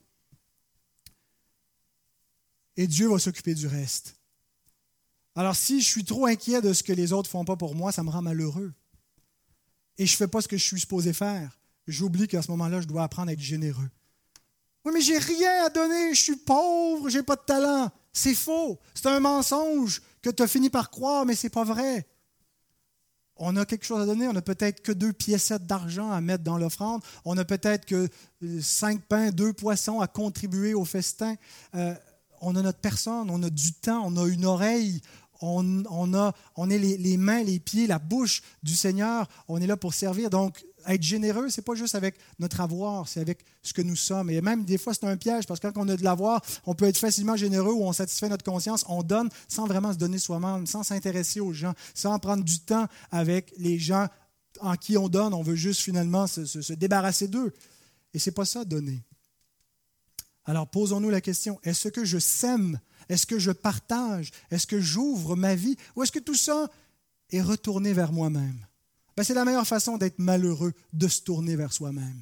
Et Dieu va s'occuper du reste. Alors, si je suis trop inquiet de ce que les autres ne font pas pour moi, ça me rend malheureux. Et je ne fais pas ce que je suis supposé faire. J'oublie qu'à ce moment-là, je dois apprendre à être généreux. Oui, mais j'ai rien à donner, je suis pauvre, j'ai pas de talent. C'est faux. C'est un mensonge que tu as fini par croire, mais ce n'est pas vrai. On a quelque chose à donner, on n'a peut-être que deux piécettes d'argent à mettre dans l'offrande, on n'a peut-être que cinq pains, deux poissons à contribuer au festin. Euh, on a notre personne, on a du temps, on a une oreille, on, on, a, on est les, les mains, les pieds, la bouche du Seigneur. On est là pour servir. Donc, être généreux, ce n'est pas juste avec notre avoir, c'est avec ce que nous sommes. Et même des fois, c'est un piège, parce que quand on a de l'avoir, on peut être facilement généreux ou on satisfait notre conscience. On donne sans vraiment se donner soi-même, sans s'intéresser aux gens, sans prendre du temps avec les gens en qui on donne. On veut juste finalement se, se, se débarrasser d'eux. Et ce n'est pas ça, donner. Alors, posons-nous la question, est-ce que je sème? Est-ce que je partage? Est-ce que j'ouvre ma vie? Ou est-ce que tout ça est retourné vers moi-même? Ben, c'est la meilleure façon d'être malheureux, de se tourner vers soi-même.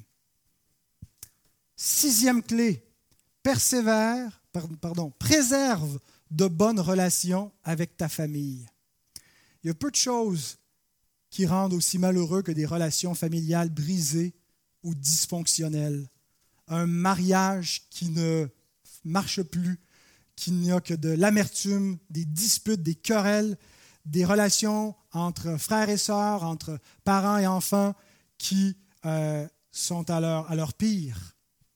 Sixième clé, persévère, pardon, préserve de bonnes relations avec ta famille. Il y a peu de choses qui rendent aussi malheureux que des relations familiales brisées ou dysfonctionnelles. Un mariage qui ne marche plus, qu'il n'y a que de l'amertume, des disputes, des querelles, des relations entre frères et sœurs, entre parents et enfants qui euh, sont à leur, à leur pire.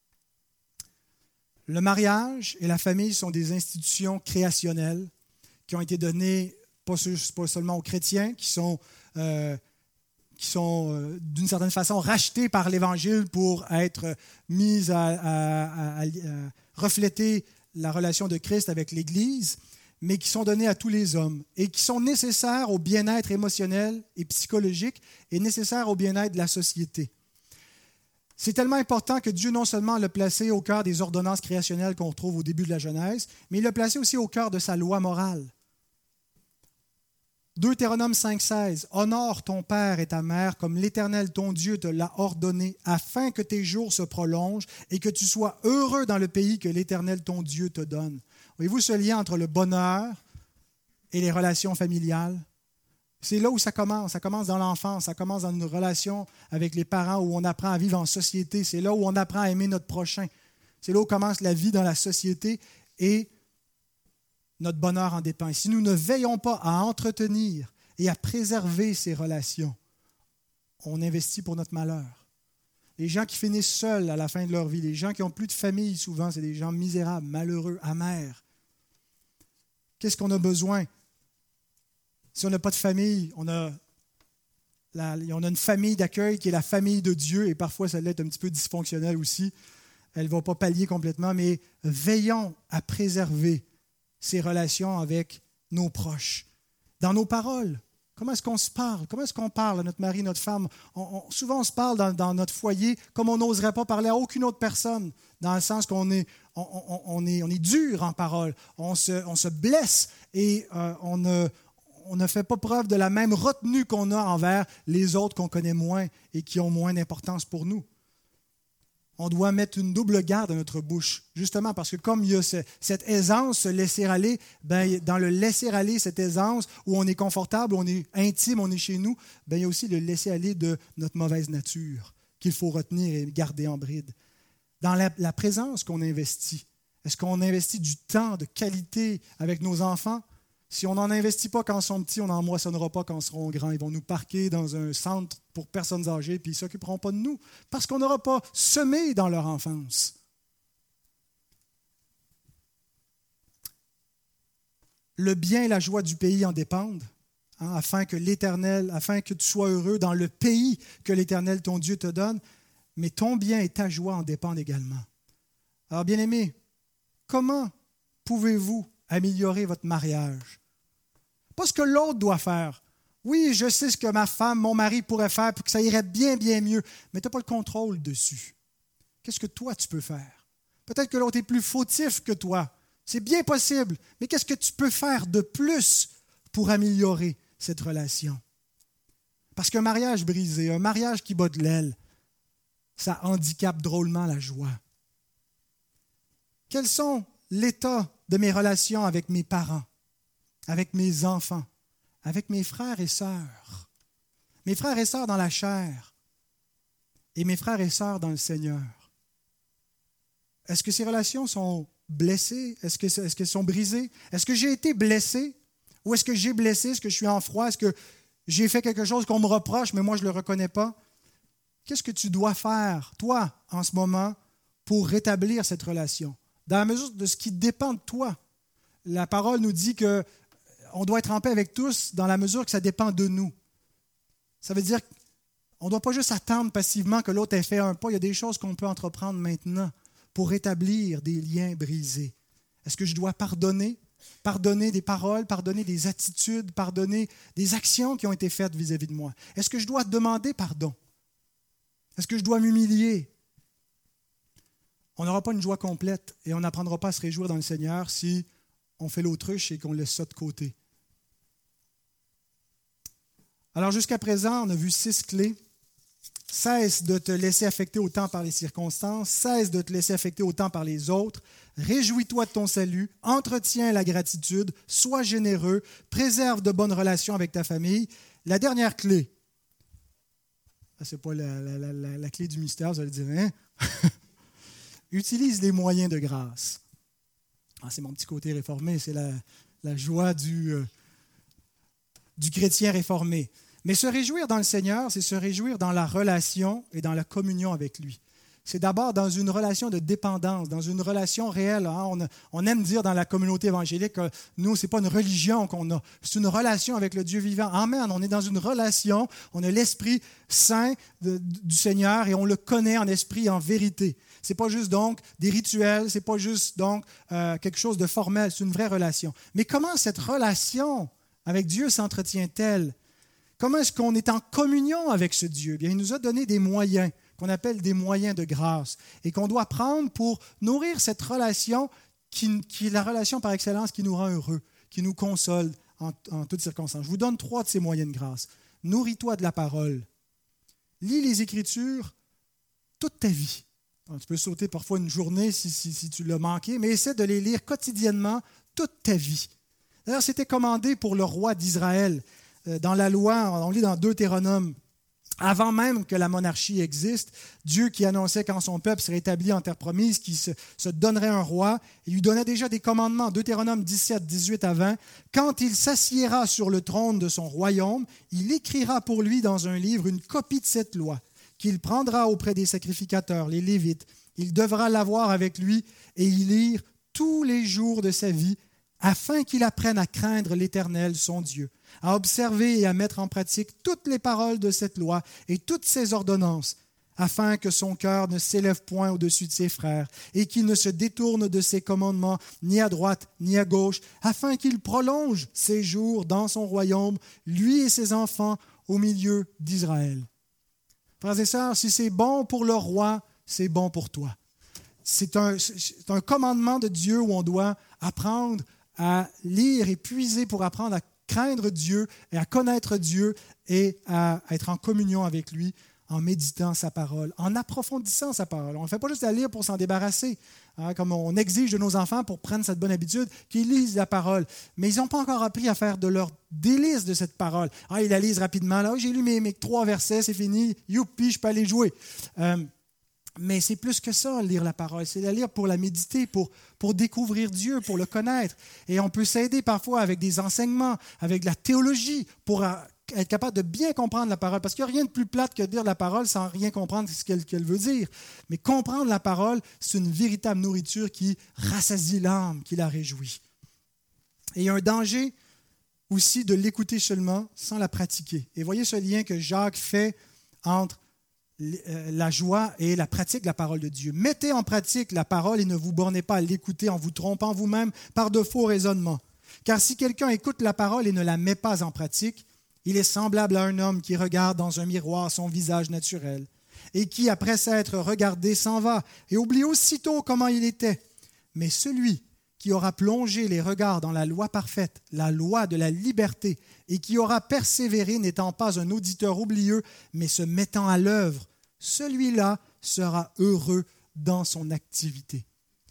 Le mariage et la famille sont des institutions créationnelles qui ont été données pas, pas seulement aux chrétiens, qui sont, euh, qui sont euh, d'une certaine façon rachetées par l'Évangile pour être mises à, à, à, à, à refléter la relation de Christ avec l'Église, mais qui sont donnés à tous les hommes et qui sont nécessaires au bien-être émotionnel et psychologique et nécessaires au bien-être de la société. C'est tellement important que Dieu non seulement l'a placé au cœur des ordonnances créationnelles qu'on retrouve au début de la Genèse, mais il l'a placé aussi au cœur de sa loi morale. Deutéronome cinq seize, « Honore ton père et ta mère comme l'Éternel ton Dieu te l'a ordonné, afin que tes jours se prolongent et que tu sois heureux dans le pays que l'Éternel ton Dieu te donne. » Voyez-vous ce lien entre le bonheur et les relations familiales? C'est là où ça commence. Ça commence dans l'enfance, ça commence dans une relation avec les parents où on apprend à vivre en société. C'est là où on apprend à aimer notre prochain. C'est là où commence la vie dans la société et notre bonheur en dépend. Et si nous ne veillons pas à entretenir et à préserver ces relations, on investit pour notre malheur. Les gens qui finissent seuls à la fin de leur vie, les gens qui n'ont plus de famille, souvent, c'est des gens misérables, malheureux, amers. Qu'est-ce qu'on a besoin? Si on n'a pas de famille, on a, la, on a une famille d'accueil qui est la famille de Dieu, et parfois ça l'est un petit peu dysfonctionnelle aussi. Elle ne va pas pallier complètement, mais veillons à préserver ces relations avec nos proches. Dans nos paroles, comment est-ce qu'on se parle? Comment est-ce qu'on parle à notre mari, notre femme? On, on, souvent, on se parle dans, dans notre foyer comme on n'oserait pas parler à aucune autre personne, dans le sens qu'on est, on, on, on est, on est dur en parole, on se, on se blesse et euh, on, ne, on ne fait pas preuve de la même retenue qu'on a envers les autres qu'on connaît moins et qui ont moins d'importance pour nous. On doit mettre une double garde à notre bouche, justement parce que comme il y a ce, cette aisance, se laisser aller, ben, dans le laisser aller, cette aisance où on est confortable, où on est intime, on est chez nous, ben, il y a aussi le laisser aller de notre mauvaise nature qu'il faut retenir et garder en bride. Dans la, la présence qu'on investit, est-ce qu'on investit du temps de qualité avec nos enfants? Si on n'en investit pas quand ils sont petits, on n'en moissonnera pas quand ils seront grands. Ils vont nous parquer dans un centre pour personnes âgées, puis ils ne s'occuperont pas de nous, parce qu'on n'aura pas semé dans leur enfance. Le bien et la joie du pays en dépendent, hein, afin que l'Éternel, afin que tu sois heureux dans le pays que l'Éternel, ton Dieu, te donne, mais ton bien et ta joie en dépendent également. Alors, bien-aimés, comment pouvez-vous améliorer votre mariage? Pas ce que l'autre doit faire. Oui, je sais ce que ma femme, mon mari pourrait faire pour que ça irait bien, bien mieux, mais tu n'as pas le contrôle dessus. Qu'est-ce que toi, tu peux faire? Peut-être que l'autre est plus fautif que toi. C'est bien possible, mais qu'est-ce que tu peux faire de plus pour améliorer cette relation? Parce qu'un mariage brisé, un mariage qui bat de l'aile, ça handicape drôlement la joie. Quels sont l'état de mes relations avec mes parents, avec mes enfants, avec mes frères et sœurs, mes frères et sœurs dans la chair et mes frères et sœurs dans le Seigneur? Est-ce que ces relations sont blessées? Est-ce que, est-ce qu'elles sont brisées? Est-ce que j'ai été blessé? Ou est-ce que j'ai blessé? Est-ce que je suis en froid? Est-ce que j'ai fait quelque chose qu'on me reproche, mais moi je ne le reconnais pas? Qu'est-ce que tu dois faire, toi, en ce moment, pour rétablir cette relation? Dans la mesure de ce qui dépend de toi. La parole nous dit qu'on doit être en paix avec tous dans la mesure que ça dépend de nous. Ça veut dire qu'on ne doit pas juste attendre passivement que l'autre ait fait un pas. Il y a des choses qu'on peut entreprendre maintenant pour rétablir des liens brisés. Est-ce que je dois pardonner? Pardonner des paroles, pardonner des attitudes, pardonner des actions qui ont été faites vis-à-vis de moi? Est-ce que je dois demander pardon? Est-ce que je dois m'humilier? On n'aura pas une joie complète et on n'apprendra pas à se réjouir dans le Seigneur si on fait l'autruche et qu'on laisse ça de côté. Alors jusqu'à présent, on a vu six clés. Cesse de te laisser affecter autant par les circonstances, cesse de te laisser affecter autant par les autres, réjouis-toi de ton salut, entretiens la gratitude, sois généreux, préserve de bonnes relations avec ta famille. La dernière clé, ce n'est pas la, la, la, la clé du mystère, vous allez dire, hein? Utilise les moyens de grâce. Ah, c'est mon petit côté réformé, c'est la, la joie du, euh, du chrétien réformé. Mais se réjouir dans le Seigneur, c'est se réjouir dans la relation et dans la communion avec lui. C'est d'abord dans une relation de dépendance, dans une relation réelle. Hein? On, a, on aime dire dans la communauté évangélique que nous, ce n'est pas une religion qu'on a, c'est une relation avec le Dieu vivant. Amen, on est dans une relation, on a l'Esprit Saint de, du Seigneur et on le connaît en esprit et en vérité. Ce n'est pas juste donc des rituels, ce n'est pas juste donc euh, quelque chose de formel, c'est une vraie relation. Mais comment cette relation avec Dieu s'entretient-elle? Comment est-ce qu'on est en communion avec ce Dieu? Bien, il nous a donné des moyens qu'on appelle des moyens de grâce et qu'on doit prendre pour nourrir cette relation qui, qui est la relation par excellence qui nous rend heureux, qui nous console en, en toutes circonstances. Je vous donne trois de ces moyens de grâce. Nourris-toi de la parole. Lis les Écritures toute ta vie. Alors, tu peux sauter parfois une journée si, si, si tu l'as manqué, mais essaie de les lire quotidiennement toute ta vie. D'ailleurs, c'était commandé pour le roi d'Israël. Dans la loi, on lit dans Deutéronome, Avant même que la monarchie existe, Dieu qui annonçait quand son peuple serait établi en terre promise, qu'il se, se donnerait un roi, il lui donnait déjà des commandements, Deutéronome dix-sept, dix-huit à vingt. Quand il s'assiera sur le trône de son royaume, il écrira pour lui dans un livre une copie de cette loi, qu'il prendra auprès des sacrificateurs, les Lévites. Il devra l'avoir avec lui et y lire tous les jours de sa vie, afin qu'il apprenne à craindre l'Éternel, son Dieu, à observer et à mettre en pratique toutes les paroles de cette loi et toutes ses ordonnances, afin que son cœur ne s'élève point au-dessus de ses frères et qu'il ne se détourne de ses commandements ni à droite ni à gauche, afin qu'il prolonge ses jours dans son royaume, lui et ses enfants, au milieu d'Israël. Frères et sœurs, si c'est bon pour le roi, c'est bon pour toi. C'est un, c'est un commandement de Dieu où on doit apprendre à lire et puiser pour apprendre à craindre Dieu et à connaître Dieu et à être en communion avec lui en méditant sa parole, en approfondissant sa parole. On ne fait pas juste la lire pour s'en débarrasser, hein, comme on exige de nos enfants pour prendre cette bonne habitude, qu'ils lisent la parole. Mais ils n'ont pas encore appris à faire de leur délice de cette parole. Ah, ils la lisent rapidement. Là, oh, j'ai lu mes, mes trois versets, c'est fini. Youpi, je peux aller jouer. Euh, Mais c'est plus que ça, lire la parole. C'est la lire pour la méditer, pour, pour découvrir Dieu, pour le connaître. Et on peut s'aider parfois avec des enseignements, avec de la théologie, pour être capable de bien comprendre la parole. Parce qu'il n'y a rien de plus plate que de lire la parole sans rien comprendre ce qu'elle, qu'elle veut dire. Mais comprendre la parole, c'est une véritable nourriture qui rassasie l'âme, qui la réjouit. Et il y a un danger aussi de l'écouter seulement sans la pratiquer. Et voyez ce lien que Jacques fait entre la joie et la pratique de la parole de Dieu. Mettez en pratique la parole et ne vous bornez pas à l'écouter en vous trompant vous-même par de faux raisonnements. Car si quelqu'un écoute la parole et ne la met pas en pratique, il est semblable à un homme qui regarde dans un miroir son visage naturel et qui, après s'être regardé, s'en va et oublie aussitôt comment il était. Mais celui qui aura plongé les regards dans la loi parfaite, la loi de la liberté, et qui aura persévéré, n'étant pas un auditeur oublieux, mais se mettant à l'œuvre, celui-là sera heureux dans son activité.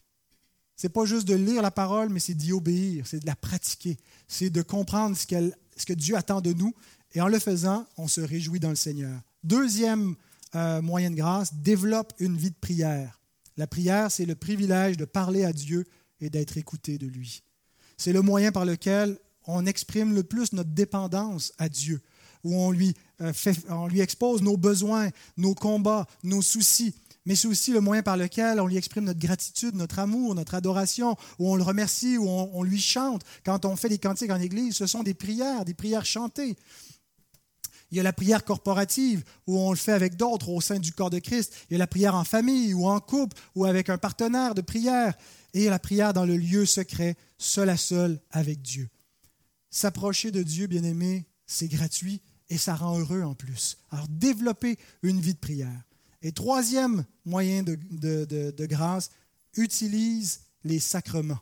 Ce n'est pas juste de lire la parole, mais c'est d'y obéir, c'est de la pratiquer, c'est de comprendre ce, qu'elle, ce que Dieu attend de nous, et en le faisant, on se réjouit dans le Seigneur. Deuxième euh, moyen de grâce, développe une vie de prière. La prière, c'est le privilège de parler à Dieu et d'être écouté de lui. C'est le moyen par lequel on exprime le plus notre dépendance à Dieu, où on lui, euh, fait, on lui expose nos besoins, nos combats, nos soucis, mais c'est aussi le moyen par lequel on lui exprime notre gratitude, notre amour, notre adoration, où on le remercie, où on, on lui chante. Quand on fait des cantiques en Église, ce sont des prières, des prières chantées. Il y a la prière corporative, où on le fait avec d'autres au sein du corps de Christ. Il y a la prière en famille, ou en couple, ou avec un partenaire de prière. Et la prière dans le lieu secret, seul à seul avec Dieu. S'approcher de Dieu, bien-aimé, c'est gratuit et ça rend heureux en plus. Alors, développer une vie de prière. Et troisième moyen de, de, de, de grâce, utilise les sacrements.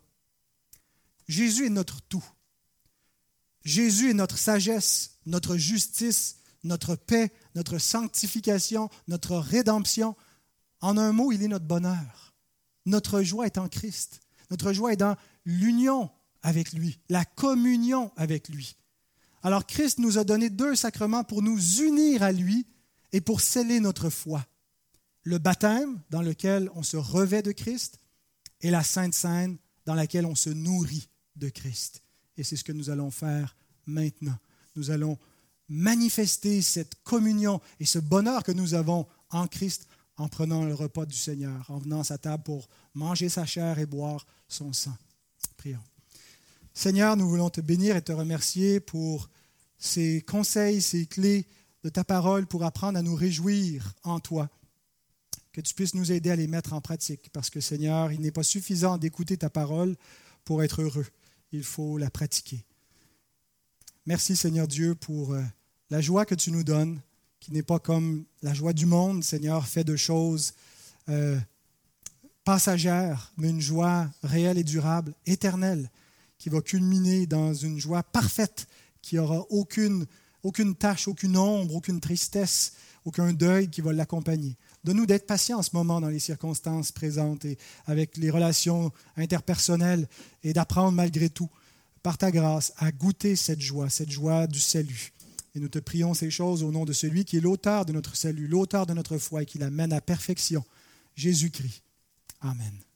Jésus est notre tout. Jésus est notre sagesse, notre justice, notre paix, notre sanctification, notre rédemption. En un mot, il est notre bonheur. Notre joie est en Christ. Notre joie est dans l'union avec lui, la communion avec lui. Alors Christ nous a donné deux sacrements pour nous unir à lui et pour sceller notre foi. Le baptême, dans lequel on se revêt de Christ, et la Sainte Seine, dans laquelle on se nourrit de Christ. Et c'est ce que nous allons faire maintenant. Nous allons manifester cette communion et ce bonheur que nous avons en Christ en prenant le repas du Seigneur, en venant à sa table pour manger sa chair et boire son sang. Prions. Seigneur, nous voulons te bénir et te remercier pour ces conseils, ces clés de ta parole pour apprendre à nous réjouir en toi. Que tu puisses nous aider à les mettre en pratique, parce que Seigneur, il n'est pas suffisant d'écouter ta parole pour être heureux. Il faut la pratiquer. Merci Seigneur Dieu pour la joie que tu nous donnes, qui n'est pas comme la joie du monde, Seigneur, fait de choses euh, passagères, mais une joie réelle et durable, éternelle, qui va culminer dans une joie parfaite, qui n'aura aucune, aucune tache, aucune ombre, aucune tristesse, aucun deuil qui va l'accompagner. Donne-nous d'être patients en ce moment dans les circonstances présentes et avec les relations interpersonnelles et d'apprendre malgré tout, par ta grâce, à goûter cette joie, cette joie du salut. Et nous te prions ces choses au nom de celui qui est l'auteur de notre salut, l'auteur de notre foi et qui l'amène à perfection, Jésus-Christ. Amen.